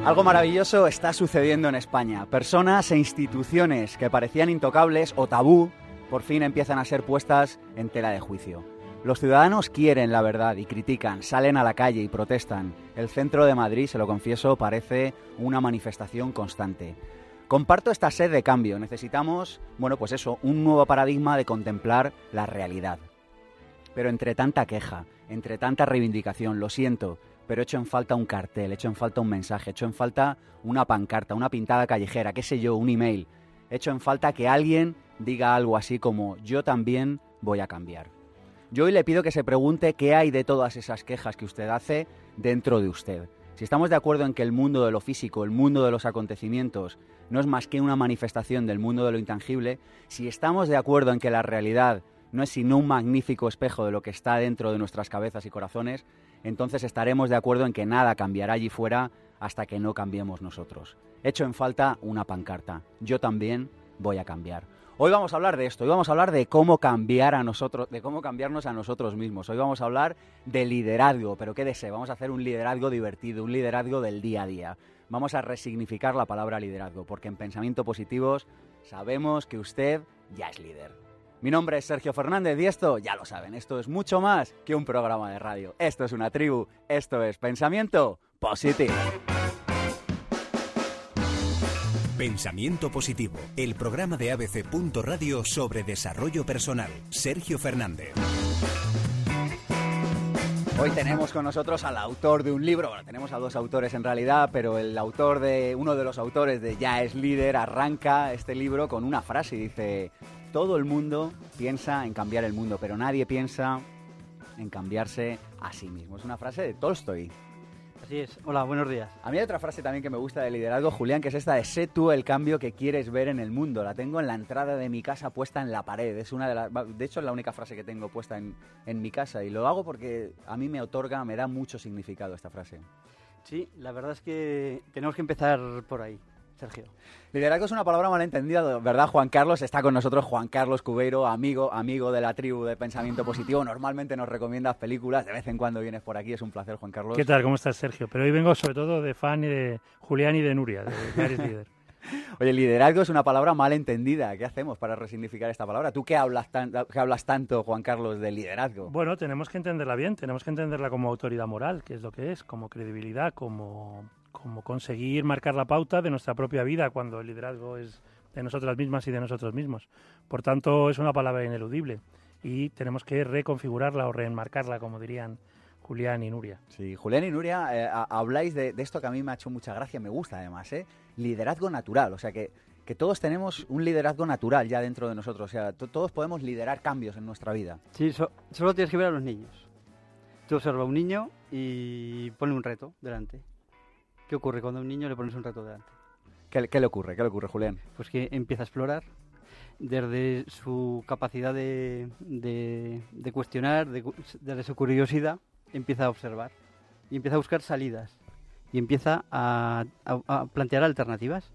Algo maravilloso está sucediendo en España. Personas e instituciones que parecían intocables o tabú, por fin empiezan a ser puestas en tela de juicio. Los ciudadanos quieren la verdad y critican, salen a la calle y protestan. El centro de Madrid, se lo confieso, parece una manifestación constante. Comparto esta sed de cambio. Necesitamos, un nuevo paradigma de contemplar la realidad. Pero entre tanta queja, entre tanta reivindicación, lo siento, pero echo en falta un cartel, echo en falta un mensaje, echo en falta una pancarta, una pintada callejera, qué sé yo, un email. Echo en falta que alguien diga algo así como yo también voy a cambiar. Yo hoy le pido que se pregunte qué hay de todas esas quejas que usted hace dentro de usted. Si estamos de acuerdo en que el mundo de lo físico, el mundo de los acontecimientos, no es más que una manifestación del mundo de lo intangible, si estamos de acuerdo en que la realidad no es sino un magnífico espejo de lo que está dentro de nuestras cabezas y corazones, entonces estaremos de acuerdo en que nada cambiará allí fuera hasta que no cambiemos nosotros. Echo en falta una pancarta. Yo también voy a cambiar. Hoy vamos a hablar de esto, hoy vamos a hablar de cómo cambiar a nosotros, de cómo cambiarnos a nosotros mismos. Hoy vamos a hablar de liderazgo, pero quédese, vamos a hacer un liderazgo divertido, un liderazgo del día a día. Vamos a resignificar la palabra liderazgo, porque en Pensamiento Positivos sabemos que usted ya es líder. Mi nombre es Sergio Fernández y esto, ya lo saben, esto es mucho más que un programa de radio. Esto es una tribu, esto es Pensamiento Positivo. Pensamiento Positivo, el programa de ABC Radio sobre desarrollo personal. Sergio Fernández. Hoy tenemos con nosotros al autor de un libro, bueno, tenemos a dos autores en realidad, pero uno de los autores de Ya es líder arranca este libro con una frase y dice: todo el mundo piensa en cambiar el mundo, pero nadie piensa en cambiarse a sí mismo. Es una frase de Tolstoy. Así es. Hola, buenos días. A mí hay otra frase también que me gusta de liderazgo, Julián, que es esta de sé tú el cambio que quieres ver en el mundo. La tengo en la entrada de mi casa puesta en la pared. Es de hecho es la única frase que tengo puesta en mi casa y lo hago porque a mí me da mucho significado esta frase. Sí, la verdad es que tenemos que empezar por ahí, Sergio. Liderazgo es una palabra malentendida, ¿verdad, Juan Carlos? Está con nosotros Juan Carlos Cubeiro, amigo de la tribu de Pensamiento Positivo. Normalmente nos recomiendas películas, de vez en cuando vienes por aquí, es un placer, Juan Carlos. ¿Qué tal? ¿Cómo estás, Sergio? Pero hoy vengo sobre todo de fan y de Julián y de Nuria, de Ya eres líder. Oye, liderazgo es una palabra malentendida. ¿Qué hacemos para resignificar esta palabra? ¿Tú qué hablas tanto, Juan Carlos, de liderazgo? Bueno, tenemos que entenderla bien, tenemos que entenderla como autoridad moral, que es lo que es, como credibilidad, como conseguir marcar la pauta de nuestra propia vida cuando el liderazgo es de nosotras mismas y de nosotros mismos. Por tanto, es una palabra ineludible y tenemos que reconfigurarla o reenmarcarla, como dirían Julián y Nuria. Sí, Julián y Nuria, habláis de esto que a mí me ha hecho mucha gracia, me gusta además, liderazgo natural, o sea que todos tenemos un liderazgo natural ya dentro de nosotros, o sea, todos podemos liderar cambios en nuestra vida. Sí, solo tienes que ver a los niños. Tú observa a un niño y ponle un reto delante. ¿Qué ocurre cuando a un niño le pones un reto delante? ¿Qué le ocurre, Julián? Pues que empieza a explorar desde su capacidad de cuestionar, desde su curiosidad, empieza a observar y empieza a buscar salidas y empieza a plantear alternativas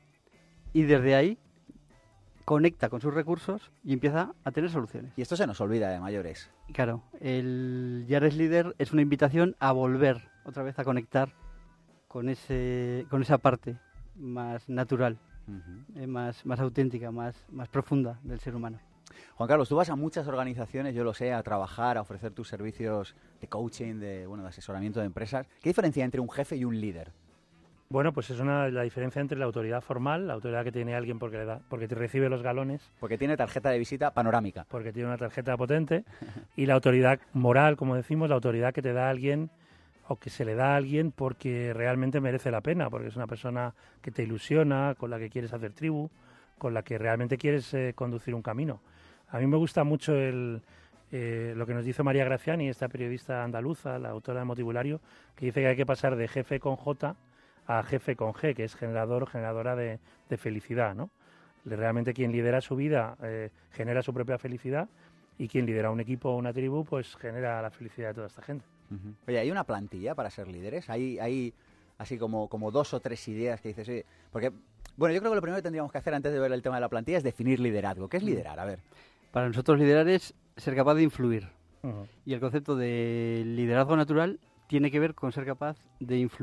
y desde ahí conecta con sus recursos y empieza a tener soluciones. Y esto se nos olvida de mayores. Claro, el Ya eres líder es una invitación a volver otra vez a conectar con esa parte más natural, más auténtica, más profunda del ser humano. Juan Carlos, tú vas a muchas organizaciones, yo lo sé, a trabajar, a ofrecer tus servicios de coaching, de asesoramiento de empresas. ¿Qué diferencia hay entre un jefe y un líder? Bueno, pues es la diferencia entre la autoridad formal, la autoridad que tiene alguien porque te recibe los galones. Porque tiene tarjeta de visita panorámica. Porque tiene una tarjeta potente. Y la autoridad moral, como decimos, la autoridad que te da alguien o que se le da a alguien porque realmente merece la pena, porque es una persona que te ilusiona, con la que quieres hacer tribu, con la que realmente quieres conducir un camino. A mí me gusta mucho lo que nos dice María Graciani, esta periodista andaluza, la autora de Motivulario, que dice que hay que pasar de jefe con J a jefe con G, que es generador o generadora de felicidad, ¿no? Realmente quien lidera su vida genera su propia felicidad y quien lidera un equipo o una tribu pues genera la felicidad de toda esta gente. Uh-huh. Oye, ¿hay una plantilla para ser líderes? ¿Hay así como 2 o 3 ideas que dices? Oye, porque, bueno, yo creo que lo primero que tendríamos que hacer antes de ver el tema de la plantilla es definir liderazgo. ¿Qué es liderar? A ver. Para nosotros liderar es ser capaz de influir. Uh-huh. Y el concepto de liderazgo natural tiene que ver con ser capaz de influir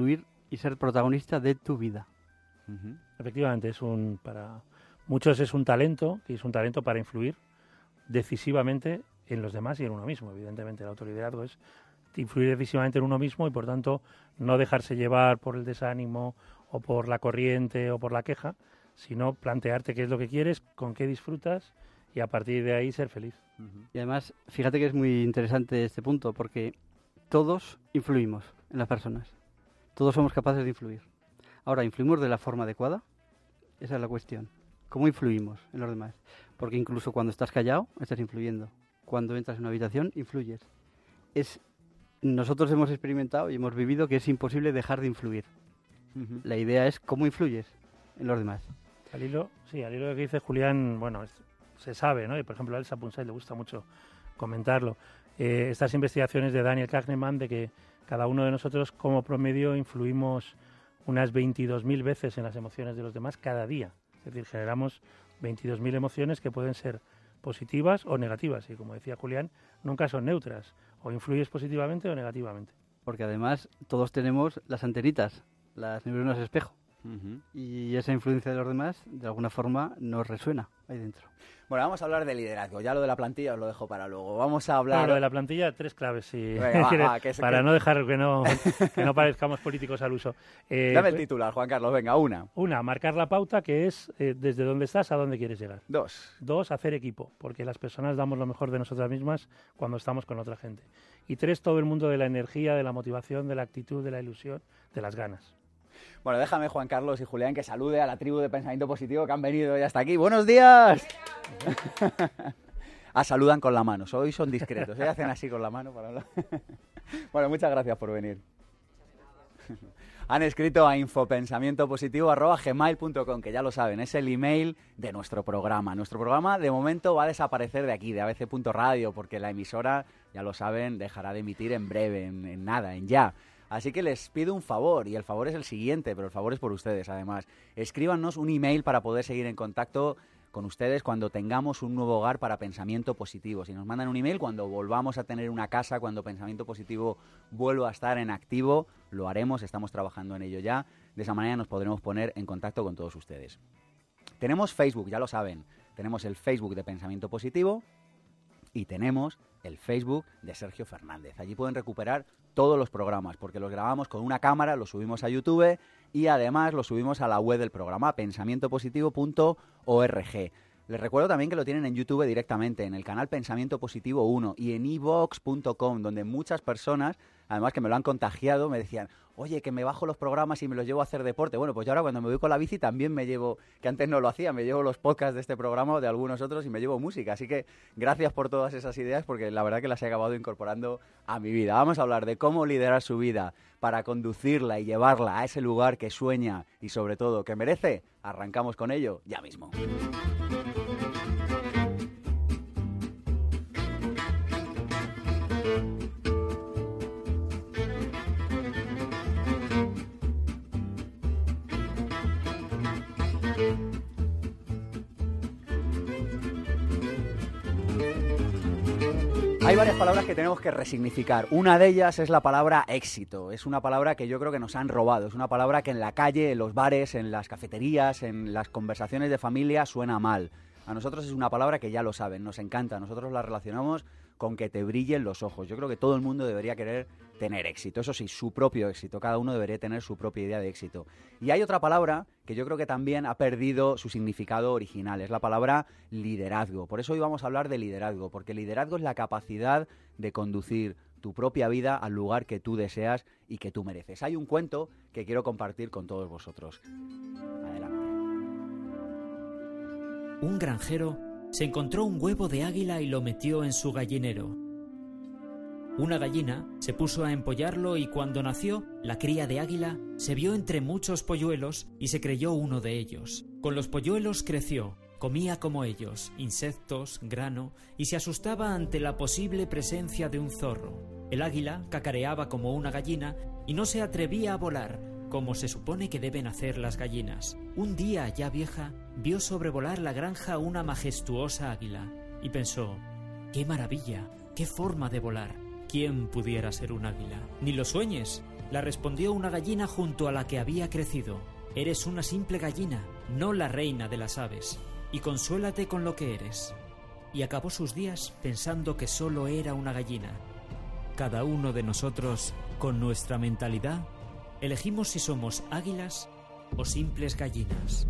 y ser protagonista de tu vida. Efectivamente, para muchos es un talento, y es un talento para influir decisivamente en los demás y en uno mismo. Evidentemente, el autoliderazgo es influir decisivamente en uno mismo y, por tanto, no dejarse llevar por el desánimo o por la corriente o por la queja, sino plantearte qué es lo que quieres, con qué disfrutas y a partir de ahí ser feliz. Y además, fíjate que es muy interesante este punto, porque todos influimos en las personas. Todos somos capaces de influir. Ahora, ¿influimos de la forma adecuada? Esa es la cuestión. ¿Cómo influimos en los demás? Porque incluso cuando estás callado, estás influyendo. Cuando entras en una habitación, influyes. Nosotros hemos experimentado y hemos vivido que es imposible dejar de influir. La idea es cómo influyes en los demás. Al hilo de que dice Julián, bueno, se sabe, ¿no? Y por ejemplo a Elsa Ponsay le gusta mucho comentarlo. Estas investigaciones de Daniel Kahneman de que cada uno de nosotros como promedio influimos unas 22.000 veces en las emociones de los demás cada día. Es decir, generamos 22.000 emociones que pueden ser positivas o negativas. Y como decía Julián, nunca son neutras. O influyes positivamente o negativamente. Porque además todos tenemos las antenitas, las neuronas espejo. Y esa influencia de los demás, de alguna forma, nos resuena ahí dentro. Bueno, vamos a hablar de liderazgo. Ya lo de la plantilla os lo dejo para luego. Vamos a hablar... No, lo de la plantilla, 3 claves, sí. Venga, para no dejar que no parezcamos políticos al uso. Dame el titular, Juan Carlos, venga, una. Marcar la pauta, que es desde dónde estás a dónde quieres llegar. 2, hacer equipo, porque las personas damos lo mejor de nosotras mismas cuando estamos con otra gente. Y 3, todo el mundo de la energía, de la motivación, de la actitud, de la ilusión, de las ganas. Bueno, déjame, Juan Carlos y Julián, que salude a la tribu de Pensamiento Positivo que han venido hoy hasta aquí. ¡Buenos días! Saludan con la mano. Hoy son discretos. Hoy hacen así con la mano para hablar. Bueno, muchas gracias por venir. Han escrito a infopensamientopositivo@gmail.com, que ya lo saben, es el email de nuestro programa. Nuestro programa, de momento, va a desaparecer de aquí, de abc.radio, porque la emisora, ya lo saben, dejará de emitir en breve, en nada, en ya. Así que les pido un favor, y el favor es el siguiente, pero el favor es por ustedes, además. Escríbanos un email para poder seguir en contacto con ustedes cuando tengamos un nuevo hogar para Pensamiento Positivo. Si nos mandan un email, cuando volvamos a tener una casa, cuando Pensamiento Positivo vuelva a estar en activo, lo haremos, estamos trabajando en ello ya. De esa manera nos podremos poner en contacto con todos ustedes. Tenemos Facebook, ya lo saben. Tenemos el Facebook de Pensamiento Positivo y tenemos el Facebook de Sergio Fernández. Allí pueden recuperar todos los programas, porque los grabamos con una cámara, los subimos a YouTube y además los subimos a la web del programa, pensamientopositivo.org. Les recuerdo también que lo tienen en YouTube directamente, en el canal Pensamiento Positivo 1 y en iVoox.com, donde muchas personas, además que me lo han contagiado, me decían, oye, que me bajo los programas y me los llevo a hacer deporte. Bueno, pues yo ahora cuando me voy con la bici también me llevo, que antes no lo hacía, me llevo los podcasts de este programa o de algunos otros y me llevo música. Así que gracias por todas esas ideas, porque la verdad que las he acabado incorporando a mi vida. Vamos a hablar de cómo liderar su vida para conducirla y llevarla a ese lugar que sueña y sobre todo que merece. Arrancamos con ello ya mismo. Hay varias palabras que tenemos que resignificar. Una de ellas es la palabra éxito. Es una palabra que yo creo que nos han robado. Es una palabra que en la calle, en los bares, en las cafeterías, en las conversaciones de familia suena mal. A nosotros es una palabra que ya lo saben, nos encanta. Nosotros la relacionamos con que te brillen los ojos. Yo creo que todo el mundo debería querer tener éxito. Eso sí, su propio éxito. Cada uno debería tener su propia idea de éxito. Y hay otra palabra que yo creo que también ha perdido su significado original. Es la palabra liderazgo. Por eso hoy vamos a hablar de liderazgo, porque liderazgo es la capacidad de conducir tu propia vida al lugar que tú deseas y que tú mereces. Hay un cuento que quiero compartir con todos vosotros. Adelante. Un granjero se encontró un huevo de águila y lo metió en su gallinero. Una gallina se puso a empollarlo y cuando nació, la cría de águila se vio entre muchos polluelos y se creyó uno de ellos. Con los polluelos creció, comía como ellos, insectos, grano, y se asustaba ante la posible presencia de un zorro. El águila cacareaba como una gallina y no se atrevía a volar, como se supone que deben hacer las gallinas. Un día, ya vieja, vio sobrevolar la granja una majestuosa águila y pensó, ¡qué maravilla! ¡Qué forma de volar! ¿Quién pudiera ser un águila? Ni lo sueñes, la respondió una gallina junto a la que había crecido. Eres una simple gallina, no la reina de las aves, y consuélate con lo que eres. Y acabó sus días pensando que solo era una gallina. Cada uno de nosotros, con nuestra mentalidad, elegimos si somos águilas o simples gallinas.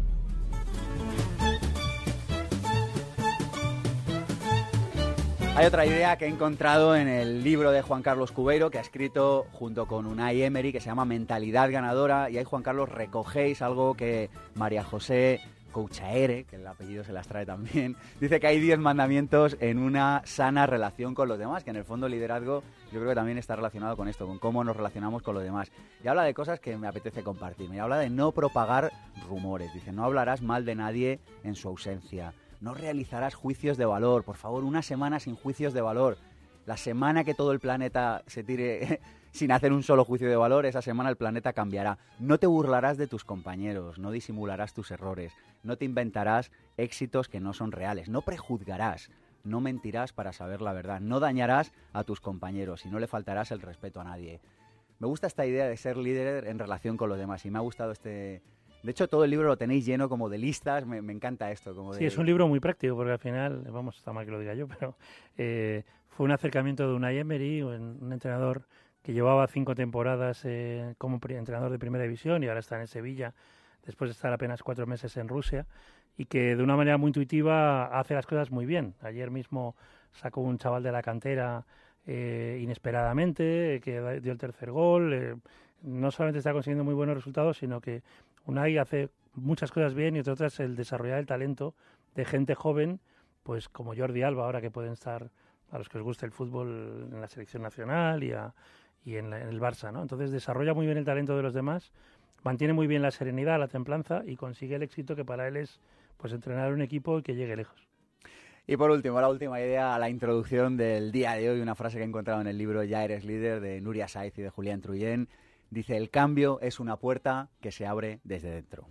Hay otra idea que he encontrado en el libro de Juan Carlos Cubeiro, que ha escrito junto con Unai Emery, que se llama Mentalidad Ganadora, y ahí, Juan Carlos, recogéis algo que María José Couchaere, que el apellido se las trae también, dice que hay 10 mandamientos en una sana relación con los demás, que en el fondo el liderazgo yo creo que también está relacionado con esto, con cómo nos relacionamos con los demás. Y habla de cosas que me apetece compartir. Me habla de no propagar rumores, dice, no hablarás mal de nadie en su ausencia, no realizarás juicios de valor, por favor, una semana sin juicios de valor. La semana que todo el planeta se tire sin hacer un solo juicio de valor, esa semana el planeta cambiará. No te burlarás de tus compañeros, no disimularás tus errores, no te inventarás éxitos que no son reales, no prejuzgarás, no mentirás para saber la verdad, no dañarás a tus compañeros y no le faltarás el respeto a nadie. Me gusta esta idea de ser líder en relación con los demás y me ha gustado este... De hecho, todo el libro lo tenéis lleno como de listas, me encanta esto. Como Sí, es un libro muy práctico porque al final, vamos, está mal que lo diga yo, pero fue un acercamiento de Unai Emery, un entrenador que llevaba 5 temporadas como entrenador de primera división y ahora está en Sevilla, después de estar apenas 4 meses en Rusia, y que de una manera muy intuitiva hace las cosas muy bien. Ayer mismo sacó un chaval de la cantera inesperadamente, que dio el tercer gol. No solamente está consiguiendo muy buenos resultados, sino que Unai hace muchas cosas bien y entre otras el desarrollar el talento de gente joven, pues como Jordi Alba, ahora que pueden estar, a los que os gusta el fútbol, en la selección nacional y en el Barça, ¿no? Entonces desarrolla muy bien el talento de los demás, mantiene muy bien la serenidad, la templanza y consigue el éxito que para él es pues entrenar un equipo y que llegue lejos. Y por último, la última idea a la introducción del día de hoy, una frase que he encontrado en el libro Ya eres líder, de Nuria Saiz y de Julián Trullén. Dice, el cambio es una puerta que se abre desde dentro.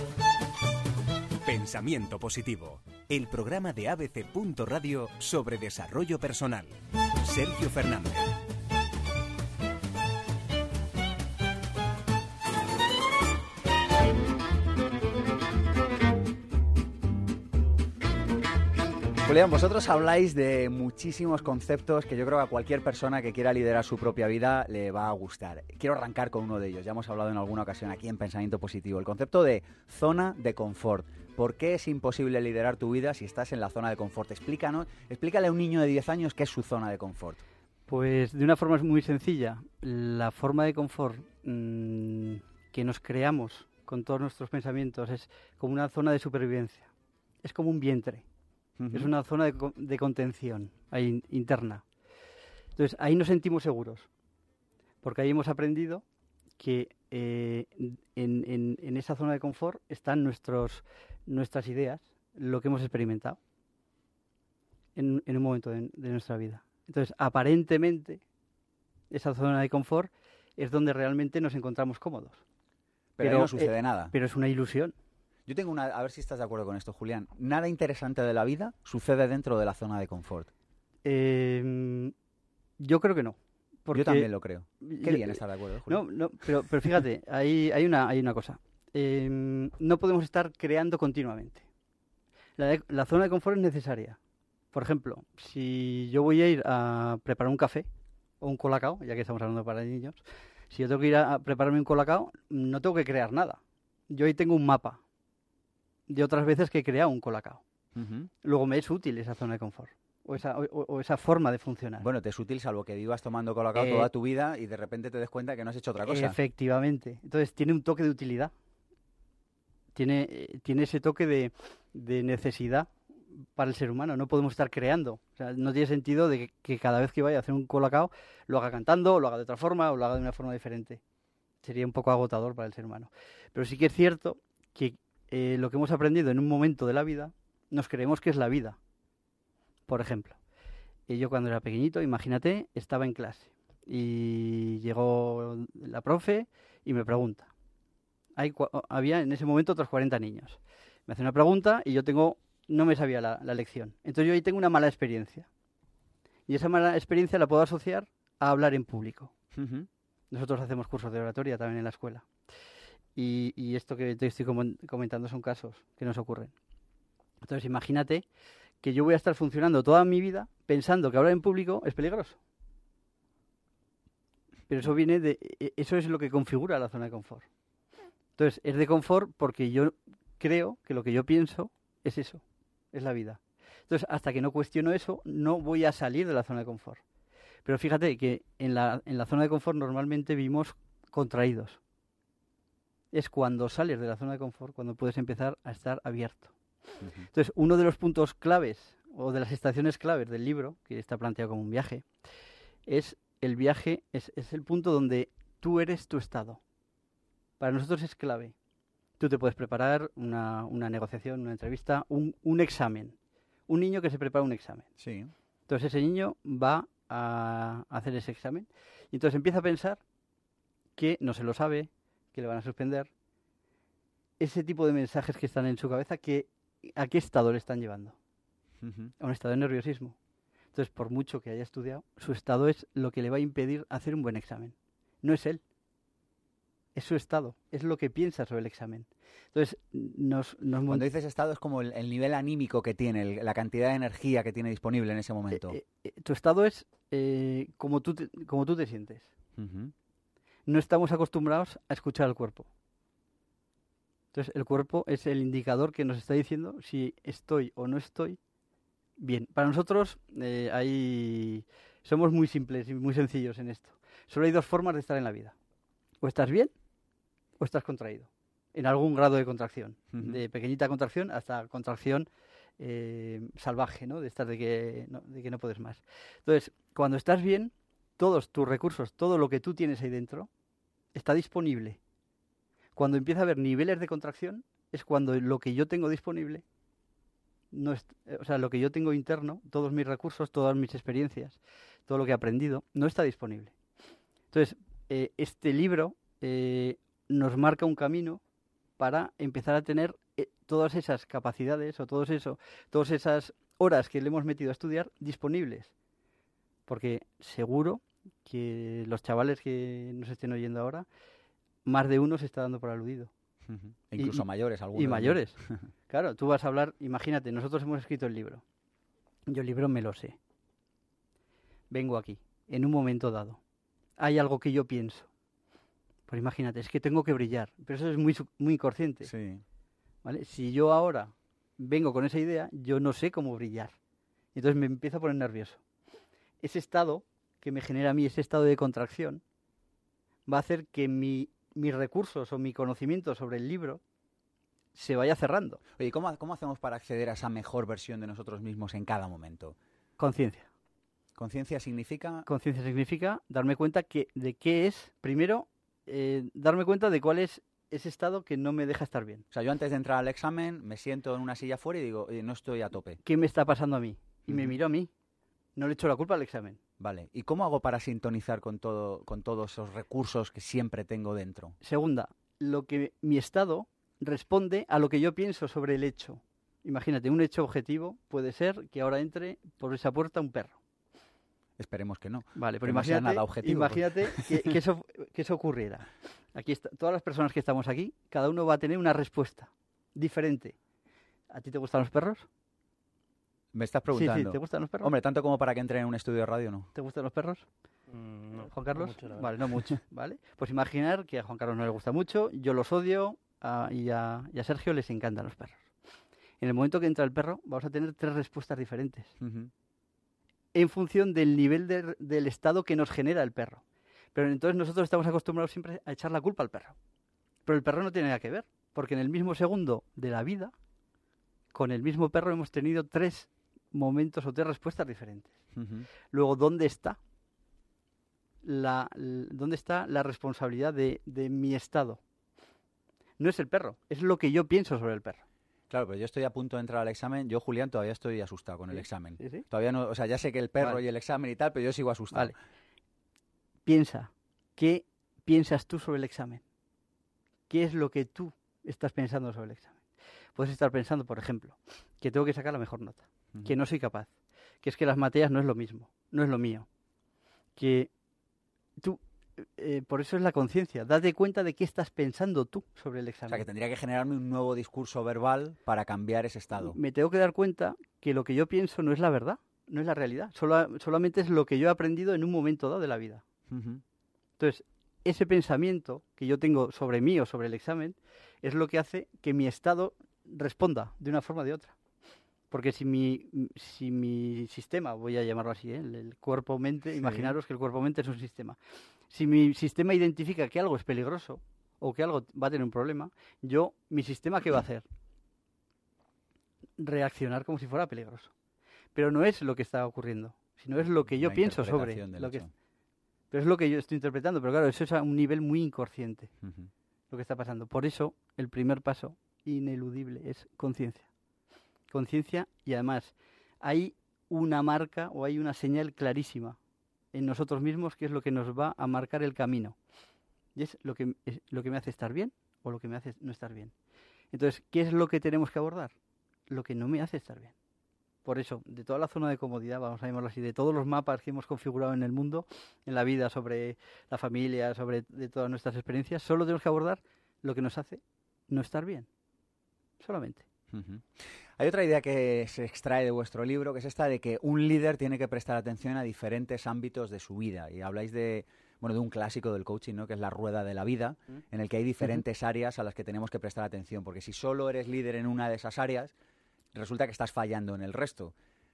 Pensamiento positivo, el programa de ABC.Radio sobre desarrollo personal. Sergio Fernández. Julián, vosotros habláis de muchísimos conceptos que yo creo que a cualquier persona que quiera liderar su propia vida le va a gustar. Quiero arrancar con uno de ellos. Ya hemos hablado en alguna ocasión aquí en Pensamiento Positivo. El concepto de zona de confort. ¿Por qué es imposible liderar tu vida si estás en la zona de confort? Explícale a un niño de 10 años qué es su zona de confort. Pues de una forma muy sencilla. La forma de confort que nos creamos con todos nuestros pensamientos es como una zona de supervivencia. Es como un vientre. Es una zona de contención ahí, interna. Entonces, ahí nos sentimos seguros, porque ahí hemos aprendido que en esa zona de confort están nuestras ideas, lo que hemos experimentado en un momento de nuestra vida. Entonces, aparentemente, esa zona de confort es donde realmente nos encontramos cómodos. Pero no sucede nada. Pero es una ilusión. Yo tengo a ver si estás de acuerdo con esto, Julián. Nada interesante de la vida sucede dentro de la zona de confort. Yo creo que no. Yo también lo creo. Qué bien estar de acuerdo, Julián. No, pero fíjate, hay una cosa. No podemos estar creando continuamente. La zona de confort es necesaria. Por ejemplo, si yo voy a ir a preparar un café o un colacao, ya que estamos hablando para niños, si yo tengo que ir a prepararme un colacao, no tengo que crear nada. Yo ahí tengo un mapa de otras veces que he creado un colacao. Luego me es útil esa zona de confort o esa forma de funcionar. Bueno, te es útil salvo que vivas tomando colacao toda tu vida y de repente te des cuenta que no has hecho otra cosa. Efectivamente. Entonces tiene un toque de utilidad. Tiene ese toque de necesidad para el ser humano. No podemos estar creando. O sea, no tiene sentido de que cada vez que vaya a hacer un colacao lo haga cantando, o lo haga de otra forma o lo haga de una forma diferente. Sería un poco agotador para el ser humano. Pero sí que es cierto que lo que hemos aprendido en un momento de la vida, nos creemos que es la vida. Por ejemplo, yo cuando era pequeñito, imagínate, estaba en clase y llegó la profe y me pregunta. Había en ese momento otros 40 niños. Me hace una pregunta y no me sabía la lección. Entonces yo ahí tengo una mala experiencia. Y esa mala experiencia la puedo asociar a hablar en público. Ujú. Nosotros hacemos cursos de oratoria también en la escuela. Y esto que te estoy comentando son casos que nos ocurren. Entonces, imagínate que yo voy a estar funcionando toda mi vida pensando que hablar en público es peligroso. Pero eso es lo que configura la zona de confort. Entonces, es de confort porque yo creo que lo que yo pienso es eso, es la vida. Entonces, hasta que no cuestiono eso, no voy a salir de la zona de confort. Pero fíjate que en la zona de confort normalmente vivimos contraídos. Es cuando sales de la zona de confort cuando puedes empezar a estar abierto. Ujú. Entonces, uno de los puntos claves o de las estaciones claves del libro, que está planteado como un viaje, es el viaje, es el punto donde tú eres tu estado. Para nosotros es clave. Tú te puedes preparar una negociación, una entrevista, un examen. Un niño que se prepara un examen. Sí. Entonces ese niño va a hacer ese examen y entonces empieza a pensar que no se lo sabe, que le van a suspender. Ese tipo de mensajes que están en su cabeza, ¿a qué estado le están llevando? Ujú. A un estado de nerviosismo. Entonces, por mucho que haya estudiado, su estado es lo que le va a impedir hacer un buen examen. No es él. Es su estado, es lo que piensa sobre el examen. Entonces, Cuando dices estado es como el nivel anímico que tiene, la cantidad de energía que tiene disponible en ese momento. Tu estado es como tú te sientes. Ujú. No estamos acostumbrados a escuchar al cuerpo. Entonces, el cuerpo es el indicador que nos está diciendo si estoy o no estoy bien. Para nosotros somos muy simples y muy sencillos en esto. Solo hay dos formas de estar en la vida. O estás bien o estás contraído, en algún grado de contracción, Ujú. de pequeñita contracción hasta contracción salvaje, ¿no? De estar de que no puedes más. Entonces, cuando estás bien, todos tus recursos, todo lo que tú tienes ahí dentro, está disponible. Cuando empieza a haber niveles de contracción, es cuando lo que yo tengo disponible, lo que yo tengo interno, todos mis recursos, todas mis experiencias, todo lo que he aprendido, no está disponible. Entonces, este libro nos marca un camino para empezar a tener todas esas capacidades o todas esas horas que le hemos metido a estudiar disponibles. Porque seguro que los chavales que nos estén oyendo ahora, más de uno se está dando por aludido. Ujú. Incluso mayores, algunos. Y mayores. Claro, tú vas a hablar, imagínate, nosotros hemos escrito el libro. Yo el libro me lo sé. Vengo aquí, en un momento dado. Hay algo que yo pienso. Pues imagínate, es que tengo que brillar. Pero eso es muy inconsciente. Sí. ¿Vale? Si yo ahora vengo con esa idea, yo no sé cómo brillar. Entonces me empiezo a poner nervioso. Ese estado que me genera a mí, ese estado de contracción, va a hacer que mis recursos o mi conocimiento sobre el libro se vaya cerrando. Oye, ¿cómo hacemos para acceder a esa mejor versión de nosotros mismos en cada momento? Conciencia. Conciencia significa... Conciencia significa darme cuenta de qué es, primero, darme cuenta de cuál es ese estado que no me deja estar bien. O sea, yo antes de entrar al examen me siento en una silla afuera y digo, no estoy a tope. ¿Qué me está pasando a mí? Y me Ujú. miro a mí. No le echo la culpa al examen. Vale. ¿Y cómo hago para sintonizar con todos esos recursos que siempre tengo dentro? Segunda, mi estado responde a lo que yo pienso sobre el hecho. Imagínate, un hecho objetivo puede ser que ahora entre por esa puerta un perro. Esperemos que no. Vale, pero Que no sea imagínate, nada objetivo, imagínate que eso ocurriera. Aquí todas las personas que estamos aquí, cada uno va a tener una respuesta diferente. ¿A ti te gustan los perros? Me estás Sí, preguntando. sí, ¿te gustan los perros? Hombre, tanto como para que entre en un estudio de radio, no. ¿Te gustan los perros? No, Juan Carlos, no mucho, la verdad. vale, no mucho, ¿vale? Pues imaginar que a Juan Carlos no le gusta mucho, yo los odio y a Sergio les encantan los perros. En el momento que entra el perro, vamos a tener 3 respuestas diferentes Ujú. en función del nivel del estado que nos genera el perro. Pero entonces nosotros estamos acostumbrados siempre a echar la culpa al perro. Pero el perro no tiene nada que ver, porque en el mismo segundo de la vida, con el mismo perro hemos tenido 3 momentos o 3 respuestas diferentes. Ujú. Luego, ¿dónde está la responsabilidad de mi estado? No es el perro, es lo que yo pienso sobre el perro. Claro, pero yo estoy a punto de entrar al examen. Yo, Julián, todavía estoy asustado con el Sí, examen. sí, sí. Todavía no, o sea, ya sé que el perro Vale. y el examen y tal, pero yo sigo asustado. Vale. Piensa, ¿qué piensas tú sobre el examen? ¿Qué es lo que tú estás pensando sobre el examen? Puedes estar pensando, por ejemplo, que tengo que sacar la mejor nota, Ujú. que no soy capaz, que es que las materias no es lo mismo, no es lo mío, que Por eso es la conciencia. Date cuenta de qué estás pensando tú sobre el O examen. sea, que tendría que generarme un nuevo discurso verbal para cambiar ese estado. Me tengo que dar cuenta que lo que yo pienso no es la verdad, no es la realidad. Solamente es lo que yo he aprendido en un momento dado de la vida. Ujú. Entonces, ese pensamiento que yo tengo sobre mí o sobre el examen es lo que hace que mi estado responda de una forma o de otra. Porque si mi sistema, voy a llamarlo así, el cuerpo-mente, Sí. imaginaros que el cuerpo-mente es un sistema. Si mi sistema identifica que algo es peligroso o que algo va a tener un problema, mi sistema, ¿qué va a hacer? Reaccionar como si fuera peligroso. Pero no es lo que está ocurriendo, sino es lo que yo La pienso sobre interpretación del lo que hecho. pero es lo que yo estoy interpretando. Pero claro, eso es a un nivel muy inconsciente Ujú. lo que está pasando. Por eso, el primer paso ineludible es conciencia. Conciencia, y además hay una marca o hay una señal clarísima en nosotros mismos que es lo que nos va a marcar el camino. Y es lo que me hace estar bien o lo que me hace no estar bien. Entonces, ¿qué es lo que tenemos que abordar? Lo que no me hace estar bien. Por eso, de toda la zona de comodidad, vamos a llamarlo así, de todos los mapas que hemos configurado en el mundo, en la vida, sobre la familia, de todas nuestras experiencias, solo tenemos que abordar lo que nos hace no estar bien. Solamente. Ujú. Hay otra idea que se extrae de vuestro libro, que es esta de que un líder tiene que prestar atención a diferentes ámbitos de su vida. Y habláis de un clásico del coaching, ¿no? Que es la rueda de la vida, en el que hay diferentes áreas a las que tenemos que prestar atención. Porque si solo eres líder en una de esas áreas, resulta que estás fallando en el resto.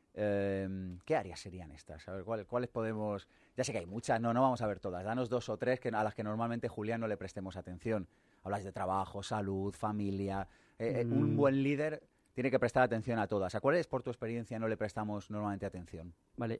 ¿Qué áreas serían estas? A ver, ¿cuáles podemos...? Ya sé que hay muchas, no vamos a ver todas. Danos 2 o 3 a las que normalmente, Julián, no le prestemos atención. Habláis de trabajo, salud, familia... Un buen líder tiene que prestar atención a todas. ¿A cuáles, por tu experiencia, no le prestamos normalmente atención? Vale,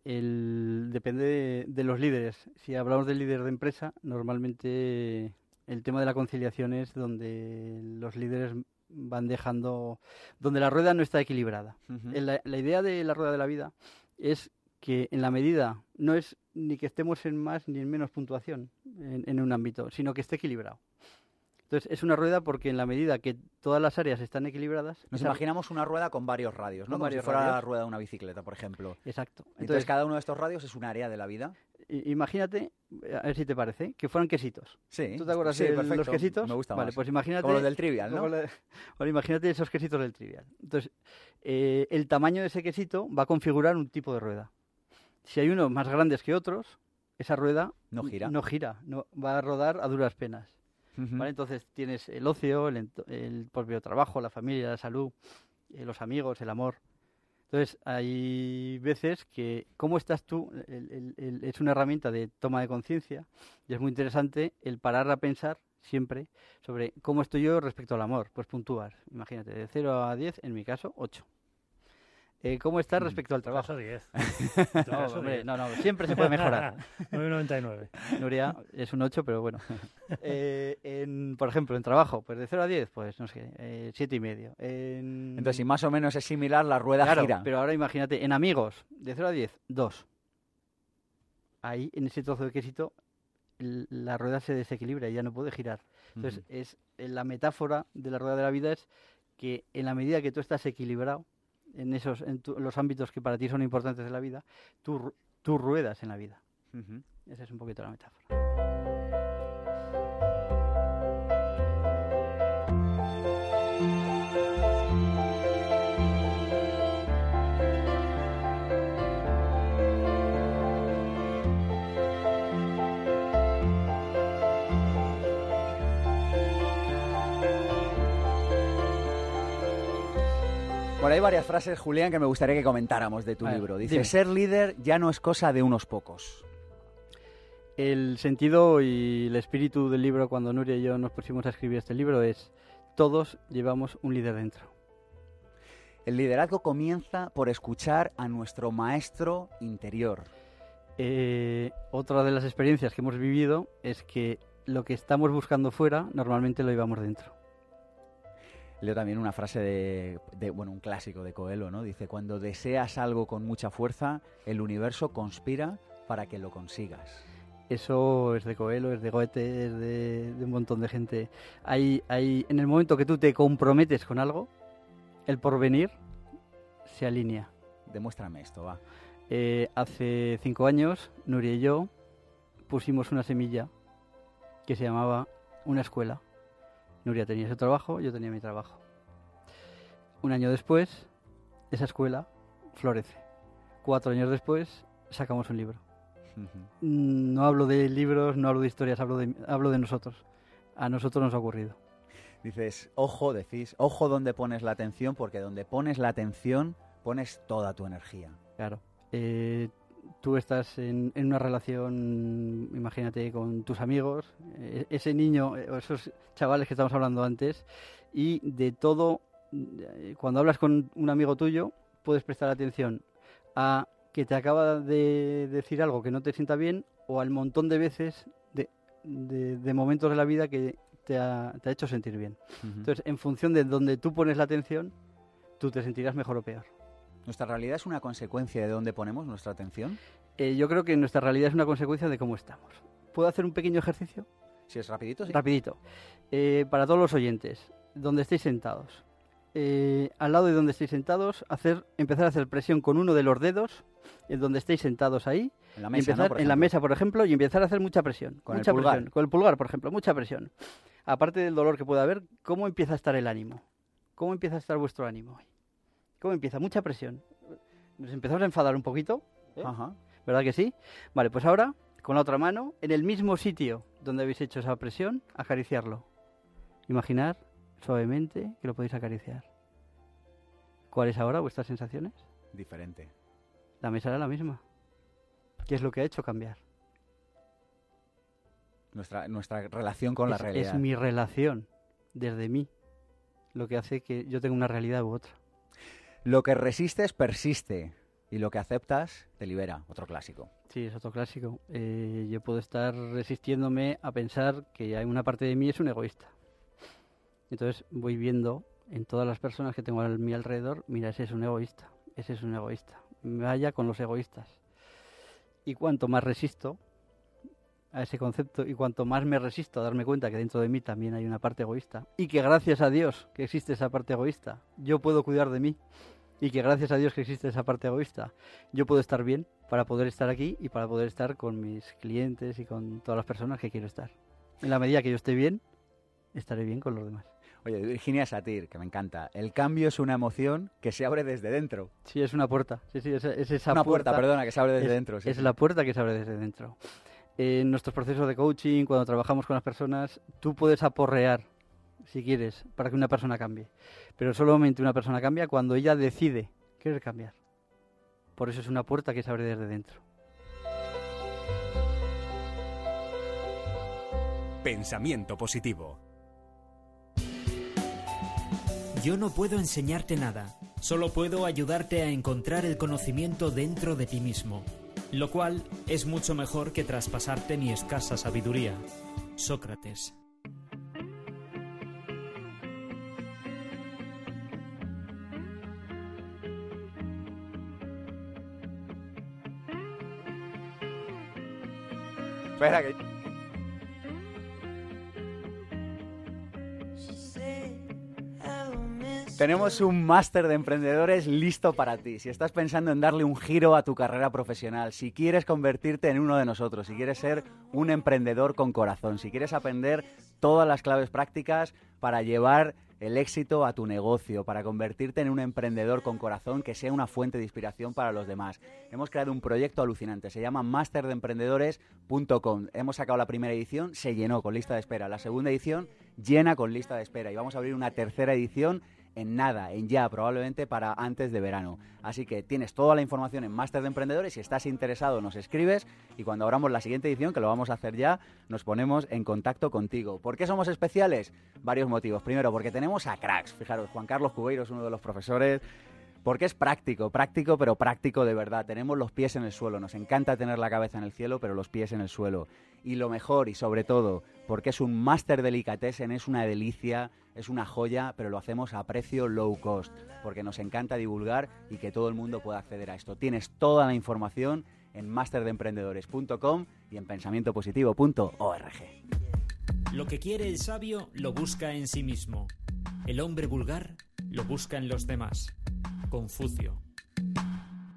depende de los líderes. Si hablamos del líder de empresa, normalmente el tema de la conciliación es donde los líderes van dejando, donde la rueda no está equilibrada. Ujú. La idea de la rueda de la vida es que en la medida, no es ni que estemos en más ni en menos puntuación en un ámbito, sino que esté equilibrado. Entonces, es una rueda porque en la medida que todas las áreas están equilibradas... Nos imaginamos una rueda con varios radios, ¿no? Con Como varios si fuera la radios. rueda de una bicicleta, por ejemplo. Exacto. Entonces, cada uno de estos radios es un área de la vida. Imagínate, a ver si te parece, que fueran quesitos. Sí. ¿Tú te acuerdas Sí, de perfecto. los quesitos? Me gusta Vale, más. pues imagínate... Como los del Trivial, ¿no? Vale, imagínate esos quesitos del Trivial. Entonces, el tamaño de ese quesito va a configurar un tipo de rueda. Si hay unos más grandes que otros, esa rueda No gira. no va a rodar a duras penas. Ujú. ¿Vale? Entonces tienes el ocio, el propio trabajo, la familia, la salud, los amigos, el amor. Entonces hay veces que cómo estás tú es una herramienta de toma de conciencia y es muy interesante el parar a pensar siempre sobre cómo estoy yo respecto al amor. Pues puntúas, imagínate, de 0 a 10, en mi caso, 8. ¿Cómo estás respecto al trabajo? Paso 10. No, hombre, no, siempre se puede mejorar. 9,99. Nuria es un 8, pero bueno. Por ejemplo, en trabajo, pues de 0 a 10, pues no sé, 7,5. Entonces, si más o menos es similar, la rueda Claro, gira. pero ahora imagínate, en amigos, de 0 a 10, 2. Ahí, en ese trozo de quesito, la rueda se desequilibra y ya no puede girar. Entonces, la metáfora de la rueda de la vida es que en la medida que tú estás equilibrado, en los ámbitos que para ti son importantes de la vida, tú ruedas en la vida. Ujú. Esa es un poquito la metáfora. Bueno, hay varias frases, Julián, que me gustaría que comentáramos de tu Vale, libro. Dice, dime. ser líder ya no es cosa de unos pocos. El sentido y el espíritu del libro, cuando Nuria y yo nos pusimos a escribir este libro, es todos llevamos un líder dentro. El liderazgo comienza por escuchar a nuestro maestro interior. Otra de las experiencias que hemos vivido es que lo que estamos buscando fuera, normalmente lo llevamos dentro. Leo también una frase un clásico de Coelho, ¿no? Dice, cuando deseas algo con mucha fuerza, el universo conspira para que lo consigas. Eso es de Coelho, es de Goethe, es de un montón de gente. En el momento que tú te comprometes con algo, el porvenir se alinea. Demuéstrame esto, va. Hace 5 años, Nuria y yo pusimos una semilla que se llamaba una escuela. Nuria tenía su trabajo, yo tenía mi trabajo. Un año después, esa escuela florece. 4 años después, sacamos un libro. No hablo de libros, no hablo de historias, hablo de nosotros. A nosotros nos ha ocurrido. Decís, ojo donde pones la atención, porque donde pones la atención, pones toda tu energía. Claro. Tú estás en una relación, imagínate, con tus amigos, ese niño, o esos chavales que estamos hablando antes, y de todo, cuando hablas con un amigo tuyo, puedes prestar atención a que te acaba de decir algo que no te sienta bien, o al montón de veces de momentos de la vida que te ha hecho sentir bien. Entonces, en función de donde tú pones la atención, tú te sentirás mejor o peor. ¿Nuestra realidad es una consecuencia de dónde ponemos nuestra atención? Yo creo que nuestra realidad es una consecuencia de cómo estamos. ¿Puedo hacer un pequeño ejercicio? Si es rapidito, sí. Rapidito. Para todos los oyentes, donde estéis sentados, al lado de donde estéis sentados, empezar a hacer presión con uno de los dedos, en donde estéis sentados ahí, en la mesa, ¿no? En la mesa, por ejemplo, y empezar a hacer mucha presión. Con mucha el pulgar. Presión. Con el pulgar, por ejemplo, mucha presión. Aparte del dolor que pueda haber, ¿cómo empieza a estar el ánimo? ¿Cómo empieza a estar vuestro ánimo hoy? ¿Cómo empieza? Mucha presión. Nos empezamos a enfadar un poquito, Ajá. ¿Verdad que sí? Vale, pues ahora, con la otra mano, en el mismo sitio donde habéis hecho esa presión, acariciarlo. Imaginar suavemente que lo podéis acariciar. ¿Cuáles ahora vuestras sensaciones? Diferente. La mesa era la misma. ¿Qué es lo que ha hecho cambiar? Nuestra relación con la realidad. Es mi relación, desde mí, lo que hace que yo tenga una realidad u otra. Lo que resistes persiste y lo que aceptas te libera. Otro clásico. Sí, es otro clásico. Yo puedo estar resistiéndome a pensar que hay una parte de mí es un egoísta. Entonces voy viendo en todas las personas que tengo a mi alrededor, mira, ese es un egoísta, ese es un egoísta. Vaya con los egoístas. Y cuanto más resisto a ese concepto y cuanto más me resisto a darme cuenta que dentro de mí también hay una parte egoísta y que gracias a Dios que existe esa parte egoísta, yo puedo cuidar de mí y que gracias a Dios que existe esa parte egoísta, yo puedo estar bien para poder estar aquí y para poder estar con mis clientes y con todas las personas que quiero estar. En la medida que yo esté bien, estaré bien con los demás. Oye, Virginia Satir, que me encanta. El cambio es una emoción que se abre desde dentro. Sí, es una puerta. Sí, es esa una puerta, perdona, que se abre desde dentro. Sí, es la puerta que se abre desde dentro. En nuestros procesos de coaching, cuando trabajamos con las personas, tú puedes aporrear, si quieres, para que una persona cambie. Pero solamente una persona cambia cuando ella decide querer cambiar. Por eso es una puerta que se abre desde dentro. Pensamiento positivo. Yo no puedo enseñarte nada, solo puedo ayudarte a encontrar el conocimiento dentro de ti mismo, lo cual es mucho mejor que traspasarte mi escasa sabiduría. Sócrates. Espera que... Tenemos un máster de emprendedores listo para ti. Si estás pensando en darle un giro a tu carrera profesional, si quieres convertirte en uno de nosotros, si quieres ser un emprendedor con corazón, si quieres aprender todas las claves prácticas para llevar el éxito a tu negocio, para convertirte en un emprendedor con corazón que sea una fuente de inspiración para los demás. Hemos creado un proyecto alucinante, se llama masterdeemprendedores.com. Hemos sacado la primera edición, se llenó con lista de espera. La segunda edición llena con lista de espera y vamos a abrir una tercera edición en nada, en ya, probablemente para antes de verano. Así que tienes toda la información en Máster de Emprendedores. Si estás interesado, nos escribes y cuando abramos la siguiente edición, que lo vamos a hacer ya, nos ponemos en contacto contigo. ¿Por qué somos especiales? Varios motivos. Primero, porque tenemos a cracks. Fijaros, Juan Carlos Cubeiro es uno de los profesores. Porque es práctico, pero práctico de verdad. Tenemos los pies en el suelo. Nos encanta tener la cabeza en el cielo, pero los pies en el suelo. Y lo mejor, y sobre todo, porque es un máster delicatessen, es una delicia, es una joya, pero lo hacemos a precio low cost. Porque nos encanta divulgar y que todo el mundo pueda acceder a esto. Tienes toda la información en masterdeemprendedores.com y en pensamientopositivo.org. Lo que quiere el sabio lo busca en sí mismo. El hombre vulgar lo busca en los demás. Confucio.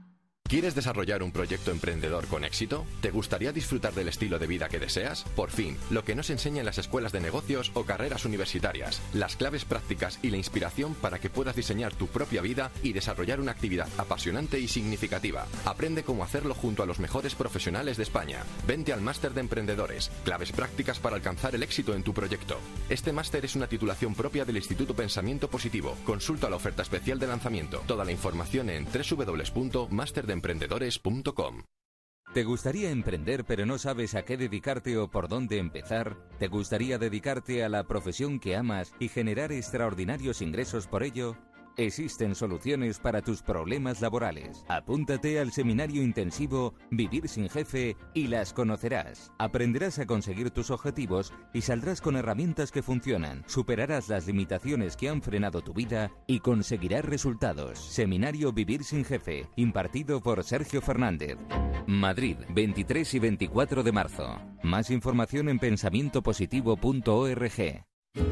¿Quieres desarrollar un proyecto emprendedor con éxito? ¿Te gustaría disfrutar del estilo de vida que deseas? Por fin, lo que nos enseña en las escuelas de negocios o carreras universitarias, las claves prácticas y la inspiración para que puedas diseñar tu propia vida y desarrollar una actividad apasionante y significativa. Aprende cómo hacerlo junto a los mejores profesionales de España. Vente al Máster de Emprendedores, claves prácticas para alcanzar el éxito en tu proyecto. Este máster es una titulación propia del Instituto Pensamiento Positivo. Consulta la oferta especial de lanzamiento. Toda la información en www.masterdeemprendedores.com. ¿Te gustaría emprender pero no sabes a qué dedicarte o por dónde empezar? ¿Te gustaría dedicarte a la profesión que amas y generar extraordinarios ingresos por ello? Existen soluciones para tus problemas laborales. Apúntate al seminario intensivo Vivir sin Jefe y las conocerás. Aprenderás a conseguir tus objetivos y saldrás con herramientas que funcionan. Superarás las limitaciones que han frenado tu vida y conseguirás resultados. Seminario Vivir sin Jefe, impartido por Sergio Fernández. Madrid, 23 y 24 de marzo. Más información en pensamientopositivo.org.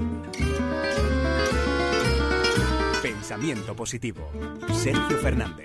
Pensamiento positivo. Sergio Fernández.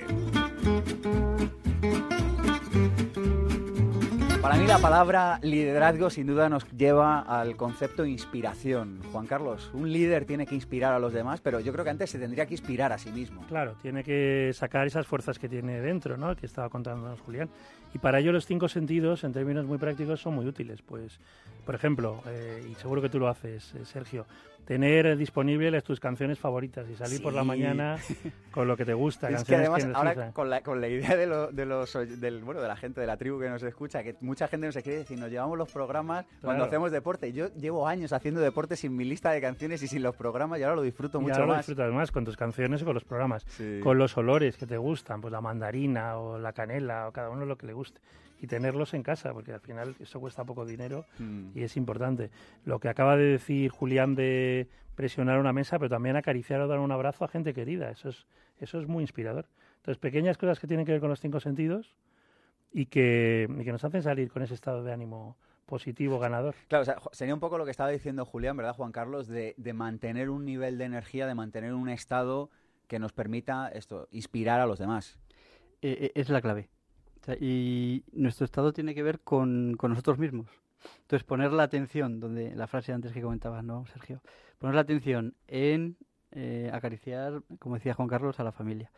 Para mí la palabra liderazgo sin duda nos lleva al concepto de inspiración. Juan Carlos, un líder tiene que inspirar a los demás, pero yo creo que antes se tendría que inspirar a sí mismo. Claro, tiene que sacar esas fuerzas que tiene dentro, ¿no? Que estaba contándonos Julián. Y para ello los 5 sentidos, en términos muy prácticos, son muy útiles. Pues, por ejemplo, y seguro que tú lo haces, Sergio, tener disponibles tus canciones favoritas y salir por la mañana con lo que te gusta. Es que además ahora con la idea de la gente de la tribu que nos escucha, que mucha gente nos escribe decir, nos llevamos los programas cuando hacemos deporte. Yo llevo años haciendo deporte sin mi lista de canciones y sin los programas y ahora lo disfruto mucho más. Lo disfrutas más con tus canciones y con los programas, con los olores que te gustan, pues la mandarina o la canela o cada uno lo que le guste. Y tenerlos en casa, porque al final eso cuesta poco dinero y es importante. Lo que acaba de decir Julián de presionar una mesa, pero también acariciar o dar un abrazo a gente querida, eso es muy inspirador. Entonces, pequeñas cosas que tienen que ver con los 5 sentidos y que nos hacen salir con ese estado de ánimo positivo, ganador. Claro, o sea, sería un poco lo que estaba diciendo Julián, ¿verdad, Juan Carlos? De mantener un nivel de energía, de mantener un estado que nos permita inspirar a los demás. Es la clave. Y nuestro estado tiene que ver con nosotros mismos. Entonces, poner la atención, donde la frase antes que comentabas, ¿no, Sergio? Poner la atención en acariciar, como decía Juan Carlos, a la familia.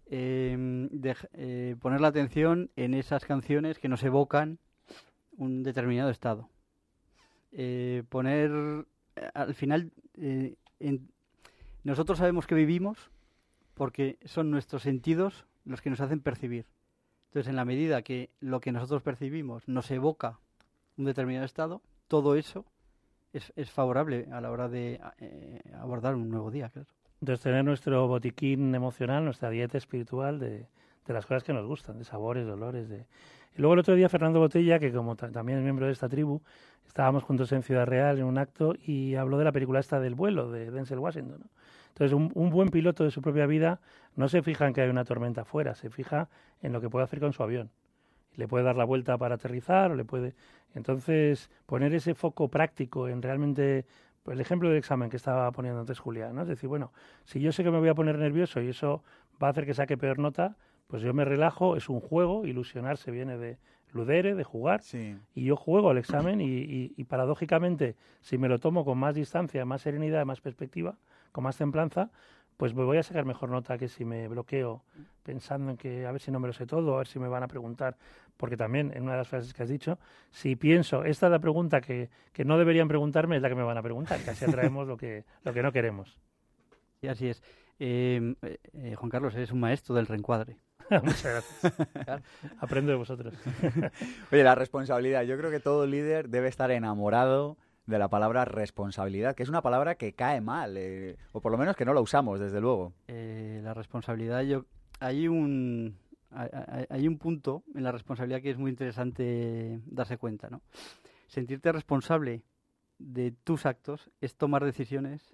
Poner la atención en esas canciones que nos evocan un determinado estado. Al final, nosotros sabemos que vivimos porque son nuestros sentidos los que nos hacen percibir. Entonces, en la medida que lo que nosotros percibimos nos evoca un determinado estado, todo eso es favorable a la hora de abordar un nuevo día, claro. Entonces, tener nuestro botiquín emocional, nuestra dieta espiritual de las cosas que nos gustan, de sabores, de olores. Y luego el otro día Fernando Botella, que como también es miembro de esta tribu, estábamos juntos en Ciudad Real en un acto y habló de la película esta del vuelo, de Denzel Washington, ¿no? Entonces, un buen piloto de su propia vida no se fija en que hay una tormenta afuera, se fija en lo que puede hacer con su avión. Le puede dar la vuelta para aterrizar o le puede... Entonces, poner ese foco práctico en realmente... Pues el ejemplo del examen que estaba poniendo antes Julián, ¿no? Es decir, bueno, si yo sé que me voy a poner nervioso y eso va a hacer que saque peor nota, pues yo me relajo, es un juego, ilusionarse viene de ludere, de jugar, y yo juego el examen y paradójicamente, si me lo tomo con más distancia, más serenidad, más perspectiva, con más templanza, pues me voy a sacar mejor nota que si me bloqueo pensando en que a ver si no me lo sé todo, a ver si me van a preguntar. Porque también, en una de las frases que has dicho, si pienso, esta es la pregunta que no deberían preguntarme, es la que me van a preguntar. Casi atraemos lo que no queremos. Y así es. Juan Carlos, eres un maestro del reencuadre. Muchas gracias. Aprendo de vosotros. Oye, la responsabilidad. Yo creo que todo líder debe estar enamorado de la palabra responsabilidad, que es una palabra que cae mal, o por lo menos que no la usamos, desde luego. La responsabilidad, hay un punto en la responsabilidad que es muy interesante darse cuenta, ¿no? Sentirte responsable de tus actos es tomar decisiones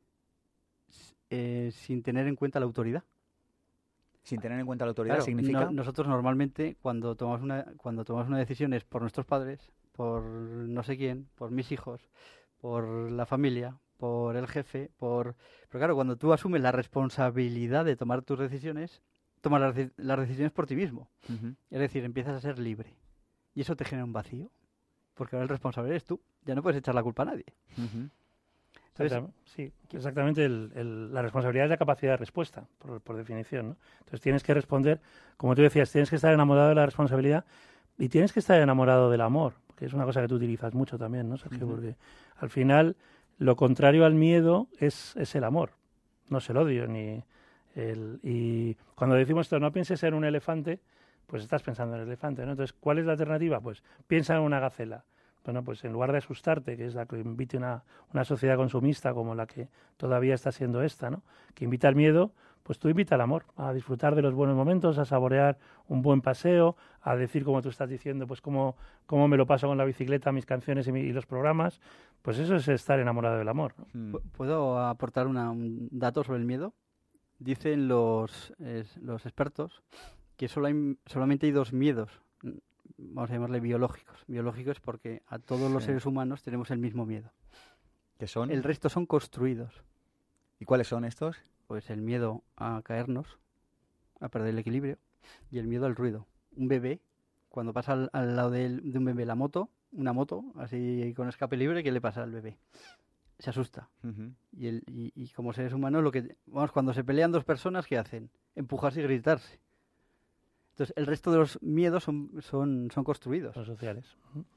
sin tener en cuenta la autoridad. Sin tener en cuenta la autoridad, claro, significa... nosotros normalmente cuando tomamos una decisión es por nuestros padres, por no sé quién, por mis hijos, por la familia, por el jefe, pero claro, cuando tú asumes la responsabilidad de tomar tus decisiones, tomar las decisiones por ti mismo. Ujú. Es decir, empiezas a ser libre. Y eso te genera un vacío, porque ahora el responsable eres tú. Ya no puedes echar la culpa a nadie. Ujú. Entonces, Sí, exactamente. La responsabilidad es la capacidad de respuesta, por definición, ¿no? Entonces tienes que responder, como tú decías, tienes que estar enamorado de la responsabilidad y tienes que estar enamorado del amor, que es una cosa que tú utilizas mucho también, ¿no, Sergio? Ujú. Porque al final lo contrario al miedo es el amor, no es el odio. Y cuando decimos esto, no pienses en un elefante, pues estás pensando en el elefante, ¿no? Entonces, ¿cuál es la alternativa? Pues piensa en una gacela. Bueno, pues en lugar de asustarte, que es la que invite una sociedad consumista como la que todavía está siendo esta, ¿no? Que invita al miedo, pues tú invita al amor, a disfrutar de los buenos momentos, a saborear un buen paseo, a decir, como tú estás diciendo, pues cómo me lo paso con la bicicleta, mis canciones y los programas. Pues eso es estar enamorado del amor, ¿no? Mm. ¿Puedo aportar un dato sobre el miedo? Dicen los expertos que solamente hay 2 miedos, vamos a llamarle biológicos. Biológicos porque a todos los Sí. seres humanos tenemos el mismo miedo. ¿Qué son? El resto son construidos. ¿Y cuáles son estos? Pues el miedo a caernos, a perder el equilibrio, y el miedo al ruido. Un bebé, cuando pasa al lado de un bebé una moto, así con escape libre, ¿qué le pasa al bebé? Se asusta. Ujú. Y como seres humanos, cuando se pelean 2 personas, ¿qué hacen? Empujarse y gritarse. Entonces, el resto de los miedos son construidos. Los sociales.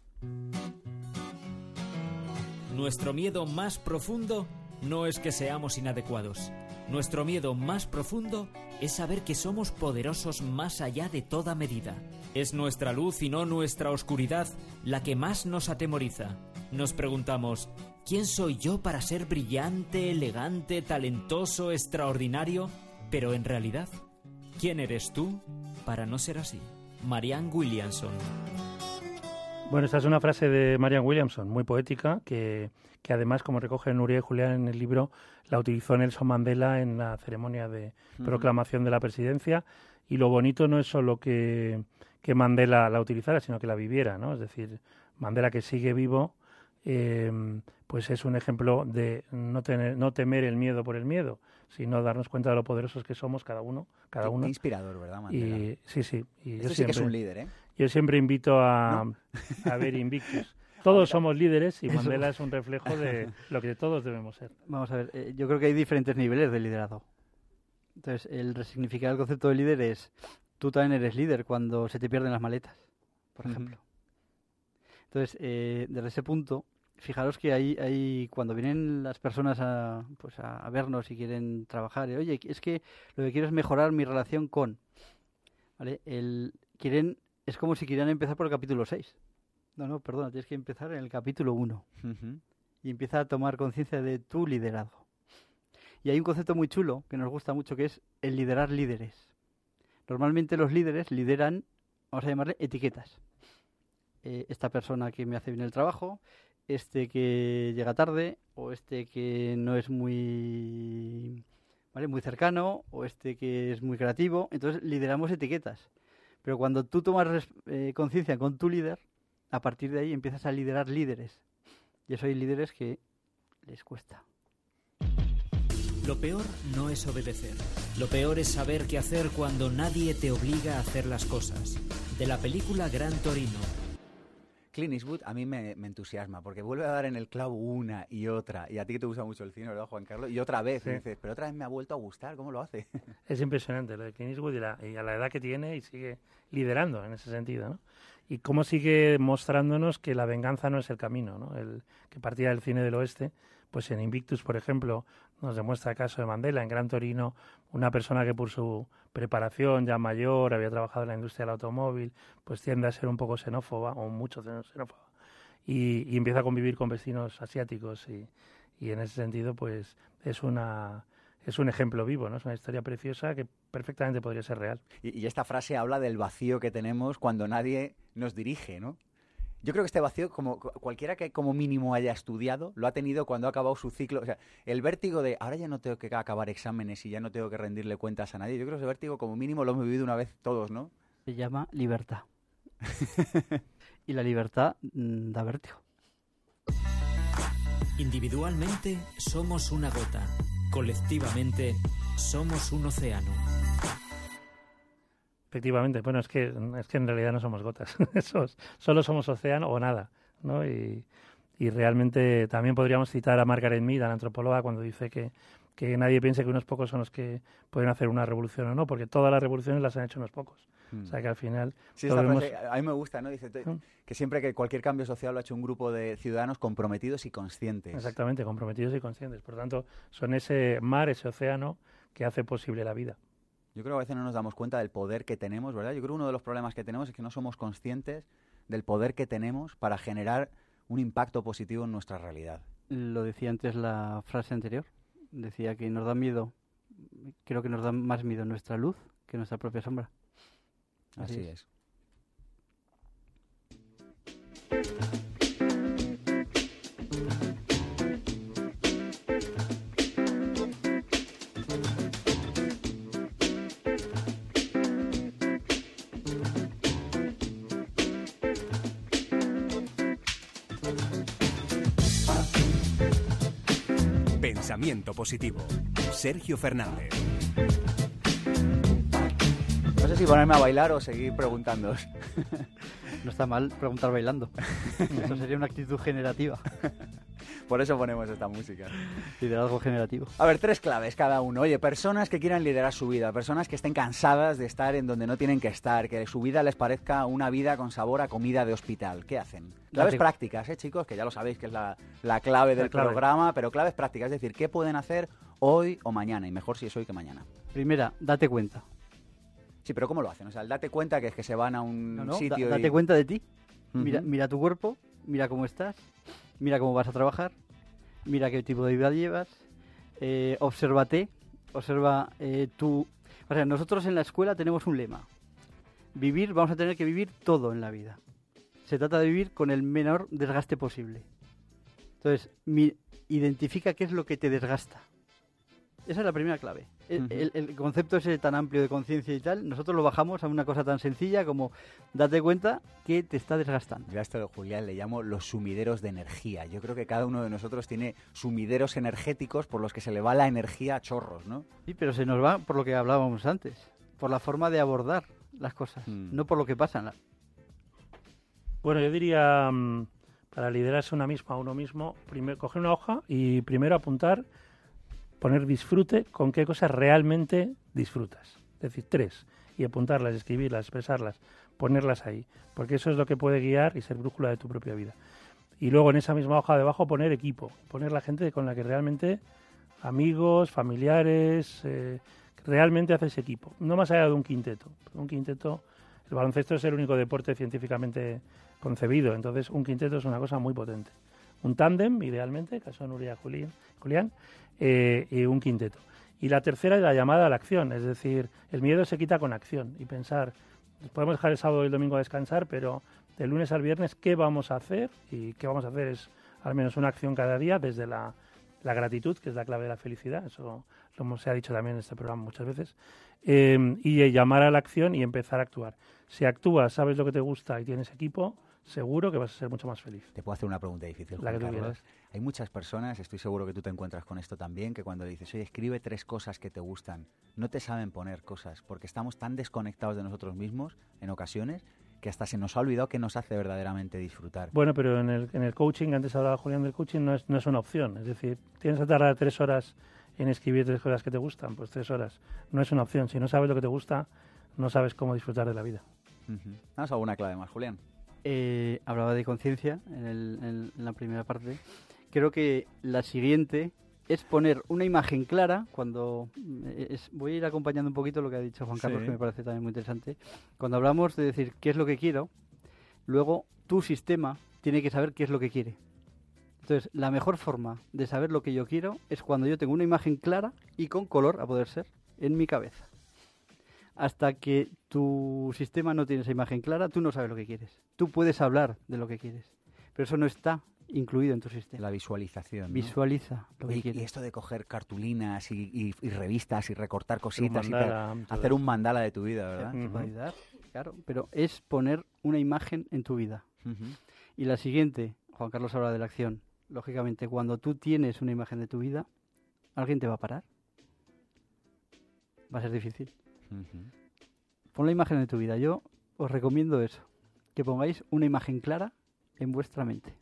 Nuestro miedo más profundo no es que seamos inadecuados. Nuestro miedo más profundo es saber que somos poderosos más allá de toda medida. Es nuestra luz y no nuestra oscuridad la que más nos atemoriza. Nos preguntamos, ¿quién soy yo para ser brillante, elegante, talentoso, extraordinario? Pero en realidad, ¿quién eres tú para no ser así? Marianne Williamson. Bueno, esta es una frase de Marianne Williamson, muy poética, que además, como recoge Nuria y Julián en el libro, la utilizó Nelson Mandela en la ceremonia de proclamación de la presidencia. Y lo bonito no es solo que Mandela la utilizara, sino que la viviera, ¿no? Es decir, Mandela, que sigue vivo, pues es un ejemplo de no temer el miedo por el miedo, sino darnos cuenta de lo poderosos que somos cada uno. Qué inspirador, ¿verdad, Mandela? Y sí. Y Eso sí que es un líder, ¿eh? Yo siempre invito a ver Invictus. Todos somos líderes y Mandela es un reflejo de lo que todos debemos ser. Vamos a ver, yo creo que hay diferentes niveles de liderazgo. Entonces, el resignificar el concepto de líder es, tú también eres líder cuando se te pierden las maletas, por ejemplo. Entonces, desde ese punto, fijaros que hay cuando vienen las personas a vernos y quieren trabajar, oye, es que lo que quiero es mejorar mi relación con, ¿vale? Es como si quieran empezar por el capítulo 6. No, perdona, tienes que empezar en el capítulo 1. Y empieza a tomar conciencia de tu liderazgo. Y hay un concepto muy chulo que nos gusta mucho, que es el liderar líderes. Normalmente los líderes lideran, vamos a llamarle etiquetas. Esta persona que me hace bien el trabajo, este que llega tarde, o este que no es muy cercano, o este que es muy creativo. Entonces lideramos etiquetas. Pero cuando tú tomas conciencia con tu líder, a partir de ahí empiezas a liderar líderes. Y eso hay líderes que les cuesta. Lo peor no es obedecer. Lo peor es saber qué hacer cuando nadie te obliga a hacer las cosas. De la película Gran Torino. Clint Eastwood a mí me entusiasma, porque vuelve a dar en el clavo una y otra. Y a ti que te gusta mucho el cine, ¿verdad, Juan Carlos? Y otra vez, Sí. y dices, pero otra vez me ha vuelto a gustar, ¿cómo lo hace? Es impresionante lo de Clint Eastwood y a la edad que tiene y sigue liderando en ese sentido, ¿no? Y cómo sigue mostrándonos que la venganza no es el camino, ¿no? El que partía del cine del oeste, pues en Invictus, por ejemplo, nos demuestra el caso de Mandela. En Gran Torino, una persona que por su preparación ya mayor, había trabajado en la industria del automóvil, pues tiende a ser un poco xenófoba, o mucho xenófoba, y empieza a convivir con vecinos asiáticos y en ese sentido, pues es un ejemplo vivo, ¿no? Es una historia preciosa que perfectamente podría ser real. Y esta frase habla del vacío que tenemos cuando nadie nos dirige, ¿no? Yo creo que este vacío, como cualquiera que como mínimo haya estudiado, lo ha tenido cuando ha acabado su ciclo. O sea, el vértigo de ahora ya no tengo que acabar exámenes y ya no tengo que rendirle cuentas a nadie. Yo creo que ese vértigo como mínimo lo hemos vivido una vez todos, ¿no? Se llama libertad. Y la libertad da vértigo. Individualmente somos una gota. Colectivamente somos un océano. Efectivamente, bueno, es que en realidad no somos gotas, solo somos océano o nada, ¿no? Y realmente también podríamos citar a Margaret Mead, la antropóloga, cuando dice que nadie piense que unos pocos son los que pueden hacer una revolución o no, porque todas las revoluciones las han hecho unos pocos. O sea que al final... Sí, esta frase, a mí me gusta, ¿no? Dice que siempre que cualquier cambio social lo ha hecho un grupo de ciudadanos comprometidos y conscientes. Exactamente, comprometidos y conscientes. Por lo tanto, son ese mar, ese océano que hace posible la vida. Yo creo que a veces no nos damos cuenta del poder que tenemos, ¿verdad? Yo creo que uno de los problemas que tenemos es que no somos conscientes del poder que tenemos para generar un impacto positivo en nuestra realidad. Lo decía antes la frase anterior. Decía que nos da miedo, creo que nos da más miedo nuestra luz que nuestra propia sombra. Así es. Pensamiento positivo. Sergio Fernández. No sé si ponerme a bailar o seguir preguntándoos. No está mal preguntar bailando. Eso sería una actitud generativa. Por eso ponemos esta música. Liderazgo generativo. A ver, 3 claves cada uno. Oye, personas que quieran liderar su vida, personas que estén cansadas de estar en donde no tienen que estar, que su vida les parezca una vida con sabor a comida de hospital. ¿Qué hacen? Claves prácticas, chicos, que ya lo sabéis que es la clave del programa, pero claves prácticas, es decir, ¿qué pueden hacer hoy o mañana? Y mejor si es hoy que mañana. Primera, date cuenta. Sí, pero ¿cómo lo hacen? O sea, el date cuenta que es que se van a un sitio date cuenta de ti. Mira tu cuerpo, mira cómo estás, mira cómo vas a trabajar, mira qué tipo de vida llevas, obsérvate, observa tú. O sea, nosotros en la escuela tenemos un lema. Vamos a tener que vivir todo en la vida. Se trata de vivir con el menor desgaste posible. Entonces, identifica qué es lo que te desgasta. Esa es la primera clave. El concepto ese tan amplio de conciencia y tal, nosotros lo bajamos a una cosa tan sencilla como date cuenta que te está desgastando. Yo a esto de Julián le llamo los sumideros de energía. Yo creo que cada uno de nosotros tiene sumideros energéticos por los que se le va la energía a chorros, ¿no? Sí, pero se nos va por lo que hablábamos antes, por la forma de abordar las cosas, no por lo que pasa. Bueno, yo diría, para liderarse uno mismo, primero coger una hoja y primero apuntar, poner disfrute con qué cosas realmente disfrutas. Es decir, 3. Y apuntarlas, escribirlas, expresarlas, ponerlas ahí. Porque eso es lo que puede guiar y ser brújula de tu propia vida. Y luego en esa misma hoja debajo poner equipo. Poner la gente con la que realmente, amigos, familiares, realmente haces equipo. No más allá de un quinteto. Un quinteto, el baloncesto es el único deporte científicamente concebido. Entonces un quinteto es una cosa muy potente. Un tándem, idealmente, que son Nuria y Julián, y un quinteto. Y la tercera es la llamada a la acción, es decir, el miedo se quita con acción y pensar, podemos dejar el sábado y el domingo a descansar, pero de lunes al viernes, ¿qué vamos a hacer? Y qué vamos a hacer es al menos una acción cada día, desde la gratitud, que es la clave de la felicidad, eso se ha dicho también en este programa muchas veces, y llamar a la acción y empezar a actuar. Si actúas, sabes lo que te gusta y tienes equipo, seguro que vas a ser mucho más feliz. Te puedo hacer una pregunta difícil, Juan Carlos. Hay muchas personas, estoy seguro que tú te encuentras con esto también, que cuando dices, oye, escribe 3 cosas que te gustan, no te saben poner cosas, porque estamos tan desconectados de nosotros mismos, en ocasiones, que hasta se nos ha olvidado qué nos hace verdaderamente disfrutar. Bueno, pero en el coaching, antes hablaba Julián del coaching, no es una opción. Es decir, tienes que tardar 3 horas en escribir 3 cosas que te gustan, pues 3 horas. No es una opción. Si no sabes lo que te gusta, no sabes cómo disfrutar de la vida. ¿Damos alguna clave más, Julián? Hablaba de conciencia en la primera parte. Creo que la siguiente es poner una imagen clara. Voy a ir acompañando un poquito lo que ha dicho Juan Carlos, que me parece también muy interesante. Cuando hablamos de decir qué es lo que quiero, luego tu sistema tiene que saber qué es lo que quiere. Entonces, la mejor forma de saber lo que yo quiero es cuando yo tengo una imagen clara y con color, a poder ser, en mi cabeza. Hasta que tu sistema no tiene esa imagen clara, tú no sabes lo que quieres. Tú puedes hablar de lo que quieres, pero eso no está incluido en tu sistema. La visualización, ¿no? Visualiza lo que quieres. Y esto de coger cartulinas y revistas y recortar cositas y hacer un mandala de tu vida, ¿verdad? Te va a ayudar, claro, pero es poner una imagen en tu vida. Y la siguiente, Juan Carlos habla de la acción. Lógicamente, cuando tú tienes una imagen de tu vida, ¿alguien te va a parar? Va a ser difícil. Pon la imagen de tu vida. Yo os recomiendo eso, que pongáis una imagen clara en vuestra mente.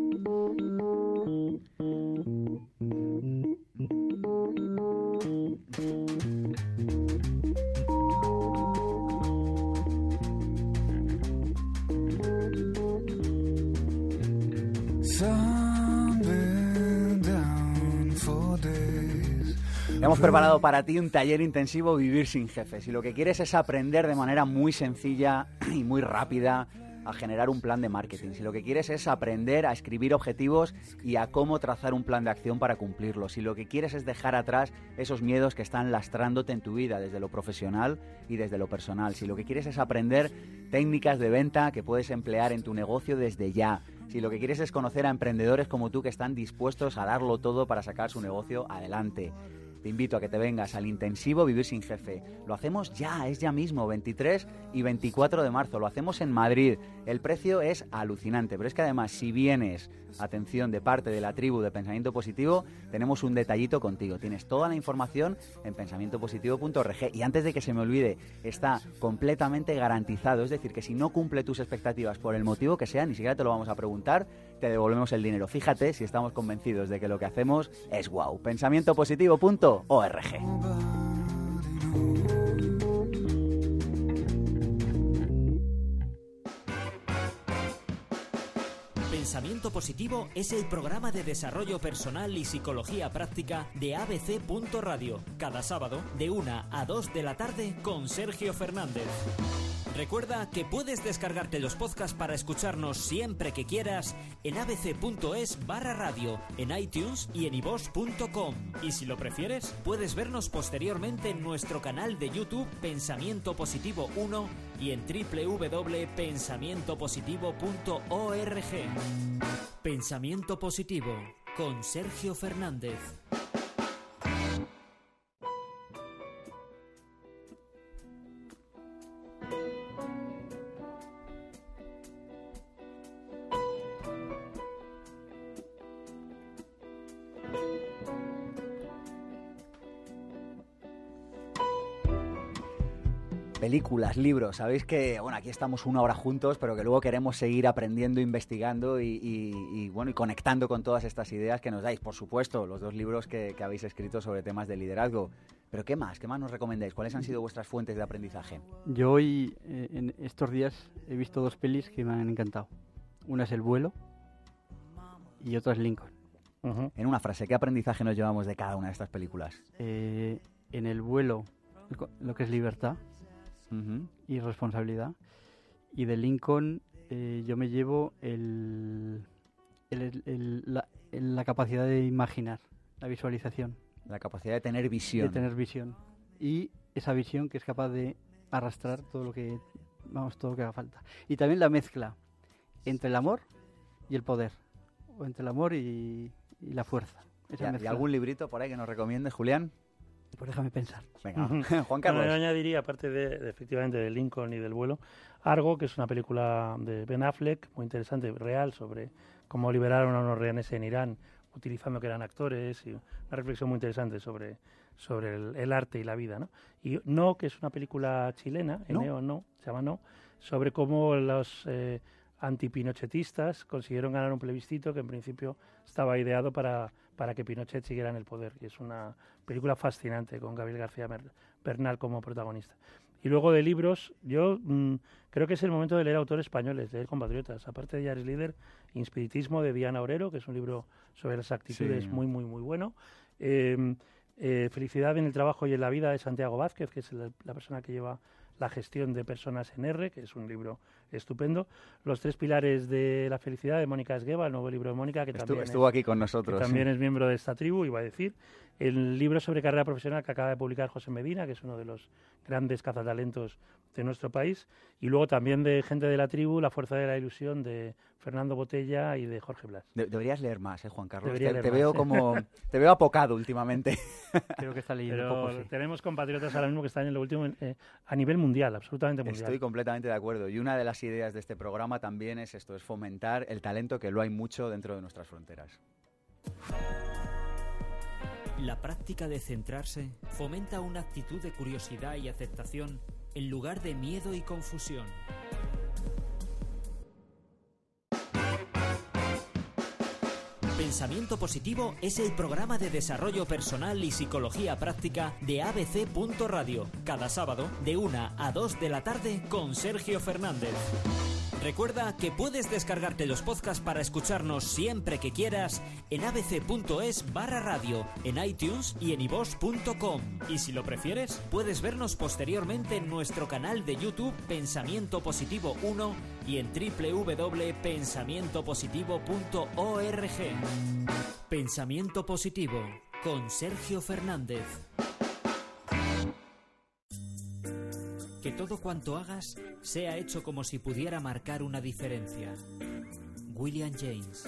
Hemos preparado para ti un taller intensivo Vivir sin Jefes. Y lo que quieres es aprender de manera muy sencilla y muy rápida a generar un plan de marketing. Si lo que quieres es aprender a escribir objetivos y a cómo trazar un plan de acción para cumplirlos. Si lo que quieres es dejar atrás esos miedos que están lastrándote en tu vida desde lo profesional y desde lo personal. Si lo que quieres es aprender técnicas de venta que puedes emplear en tu negocio desde ya. Si lo que quieres es conocer a emprendedores como tú que están dispuestos a darlo todo para sacar su negocio adelante. Te invito a que te vengas al intensivo Vivir sin Jefe. Lo hacemos ya, es ya mismo, 23 y 24 de marzo. Lo hacemos en Madrid. El precio es alucinante, pero es que además, si vienes, atención, de parte de la tribu de Pensamiento Positivo, tenemos un detallito contigo. Tienes toda la información en pensamientopositivo.org. Y antes de que se me olvide, está completamente garantizado. Es decir, que si no cumple tus expectativas por el motivo que sea, ni siquiera te lo vamos a preguntar, te devolvemos el dinero. Fíjate si estamos convencidos de que lo que hacemos es guau. Pensamientopositivo.org. Pensamiento Positivo es el programa de desarrollo personal y psicología práctica de ABC.radio. Cada sábado de 1 a 2 de la tarde con Sergio Fernández. Recuerda que puedes descargarte los podcasts para escucharnos siempre que quieras en abc.es/radio, en iTunes y en iVoox.com. Y si lo prefieres, puedes vernos posteriormente en nuestro canal de YouTube Pensamiento Positivo 1 y en www.pensamientopositivo.org. Pensamiento Positivo con Sergio Fernández. Películas, libros, sabéis que bueno, aquí estamos una hora juntos, pero que luego queremos seguir aprendiendo, investigando y conectando con todas estas ideas que nos dais. Por supuesto, los 2 libros que habéis escrito sobre temas de liderazgo. Pero ¿qué más? ¿Qué más nos recomendáis? ¿Cuáles han sido vuestras fuentes de aprendizaje? Yo hoy, en estos días, he visto 2 pelis que me han encantado. Una es El vuelo y otra es Lincoln. En una frase, ¿qué aprendizaje nos llevamos de cada una de estas películas? En El vuelo, lo que es libertad y responsabilidad. Y de Lincoln yo me llevo la capacidad de imaginar, la visualización. La capacidad de tener visión. De tener visión. Y esa visión que es capaz de arrastrar todo lo que haga falta. Y también la mezcla entre el amor y el poder. O entre el amor y la fuerza. ¿Y algún librito por ahí que nos recomiendes, Julián? Pues déjame pensar. Venga, Juan Carlos. Yo añadiría, aparte efectivamente de Lincoln y del vuelo, Argo, que es una película de Ben Affleck, muy interesante, real, sobre cómo liberaron a unos rehenes en Irán, utilizando que eran actores, y una reflexión muy interesante sobre el arte y la vida, ¿no? Y No, que es una película chilena, se llama No, sobre cómo los antipinochetistas consiguieron ganar un plebiscito que en principio estaba ideado para que Pinochet siguiera en el poder. Y es una película fascinante con Gabriel García Bernal como protagonista. Y luego de libros, yo creo que es el momento de leer autores españoles, leer compatriotas. Aparte de Ya eres líder, Inspiritismo de Diana Orero, que es un libro sobre las actitudes muy, muy, muy bueno. Felicidad en el trabajo y en la vida de Santiago Vázquez, que es la persona que lleva la gestión de personas en R, que es un libro estupendo. Los 3 pilares de la felicidad de Mónica Esgueva, el nuevo libro de Mónica, que también estuvo aquí con nosotros. Que también es miembro de esta tribu, iba a decir. El libro sobre carrera profesional que acaba de publicar José Medina, que es uno de los grandes cazatalentos de nuestro país. Y luego también de gente de la tribu, La fuerza de la ilusión, de Fernando Botella y de Jorge Blas. Deberías leer más, Juan Carlos. Te veo apocado últimamente. Creo que está leyendo poco, sí. Tenemos compatriotas ahora mismo que están en lo último a nivel mundial, absolutamente mundial. Estoy completamente de acuerdo. Y una de las ideas de este programa también es esto, es fomentar el talento, que lo hay mucho dentro de nuestras fronteras. La práctica de centrarse fomenta una actitud de curiosidad y aceptación en lugar de miedo y confusión. Pensamiento Positivo es el programa de desarrollo personal y psicología práctica de ABC.radio, cada sábado de 1 a 2 de la tarde con Sergio Fernández. Recuerda que puedes descargarte los podcasts para escucharnos siempre que quieras en abc.es/radio, en iTunes y en iVoox.com. Y si lo prefieres, puedes vernos posteriormente en nuestro canal de YouTube Pensamiento Positivo 1 y en www.pensamientopositivo.org. Pensamiento Positivo con Sergio Fernández. Que todo cuanto hagas sea hecho como si pudiera marcar una diferencia. William James.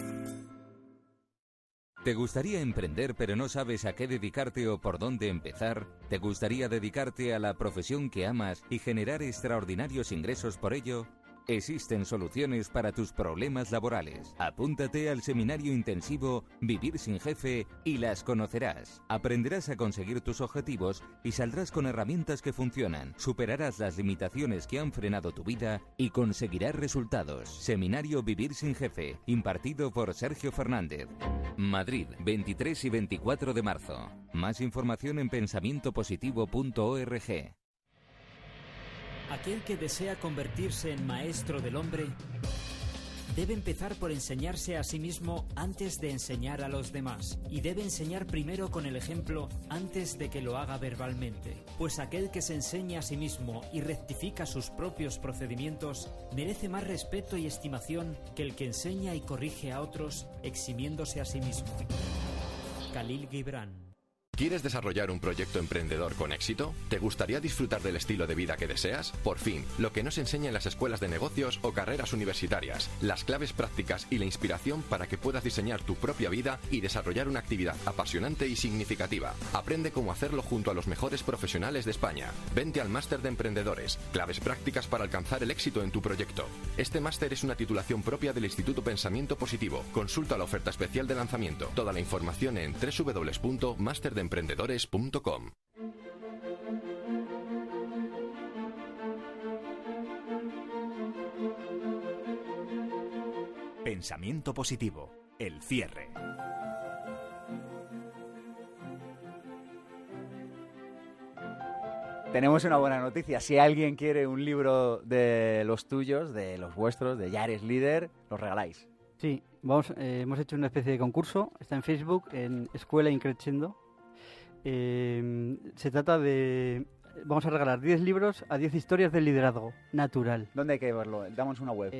¿Te gustaría emprender pero no sabes a qué dedicarte o por dónde empezar? ¿Te gustaría dedicarte a la profesión que amas y generar extraordinarios ingresos por ello? Existen soluciones para tus problemas laborales. Apúntate al seminario intensivo Vivir sin Jefe y las conocerás. Aprenderás a conseguir tus objetivos y saldrás con herramientas que funcionan. Superarás las limitaciones que han frenado tu vida y conseguirás resultados. Seminario Vivir sin Jefe, impartido por Sergio Fernández. Madrid, 23 y 24 de marzo. Más información en pensamientopositivo.org. Aquel que desea convertirse en maestro del hombre debe empezar por enseñarse a sí mismo antes de enseñar a los demás, y debe enseñar primero con el ejemplo antes de que lo haga verbalmente, pues aquel que se enseña a sí mismo y rectifica sus propios procedimientos merece más respeto y estimación que el que enseña y corrige a otros eximiéndose a sí mismo. Khalil Gibran. ¿Quieres desarrollar un proyecto emprendedor con éxito? ¿Te gustaría disfrutar del estilo de vida que deseas? Por fin, lo que no se enseña en las escuelas de negocios o carreras universitarias, las claves prácticas y la inspiración para que puedas diseñar tu propia vida y desarrollar una actividad apasionante y significativa. Aprende cómo hacerlo junto a los mejores profesionales de España. Vente al Máster de Emprendedores, claves prácticas para alcanzar el éxito en tu proyecto. Este máster es una titulación propia del Instituto Pensamiento Positivo. Consulta la oferta especial de lanzamiento. Toda la información en www.masterdeemprendedores.com. Pensamiento Positivo, el cierre. Tenemos una buena noticia. Si alguien quiere un libro de los tuyos, de los vuestros, de Ya eres líder, los regaláis. Sí, hemos hecho una especie de concurso. Está en Facebook, en Escuela Increciendo. Se trata de... Vamos a regalar 10 libros a 10 historias del liderazgo natural. ¿Dónde hay que verlo? Damos una web.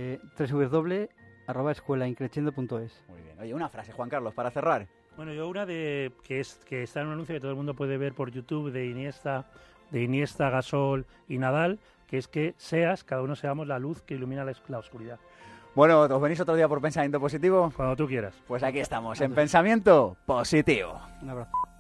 www.escuelaincreciendo.es. Muy bien. Oye, una frase, Juan Carlos, para cerrar. Bueno, yo una que está en un anuncio que todo el mundo puede ver por YouTube de Iniesta, Gasol y Nadal, que es que cada uno seamos la luz que ilumina la oscuridad. Bueno, ¿os venís otro día por Pensamiento Positivo? Cuando tú quieras. Pues aquí estamos, en Pensamiento Positivo. Un abrazo.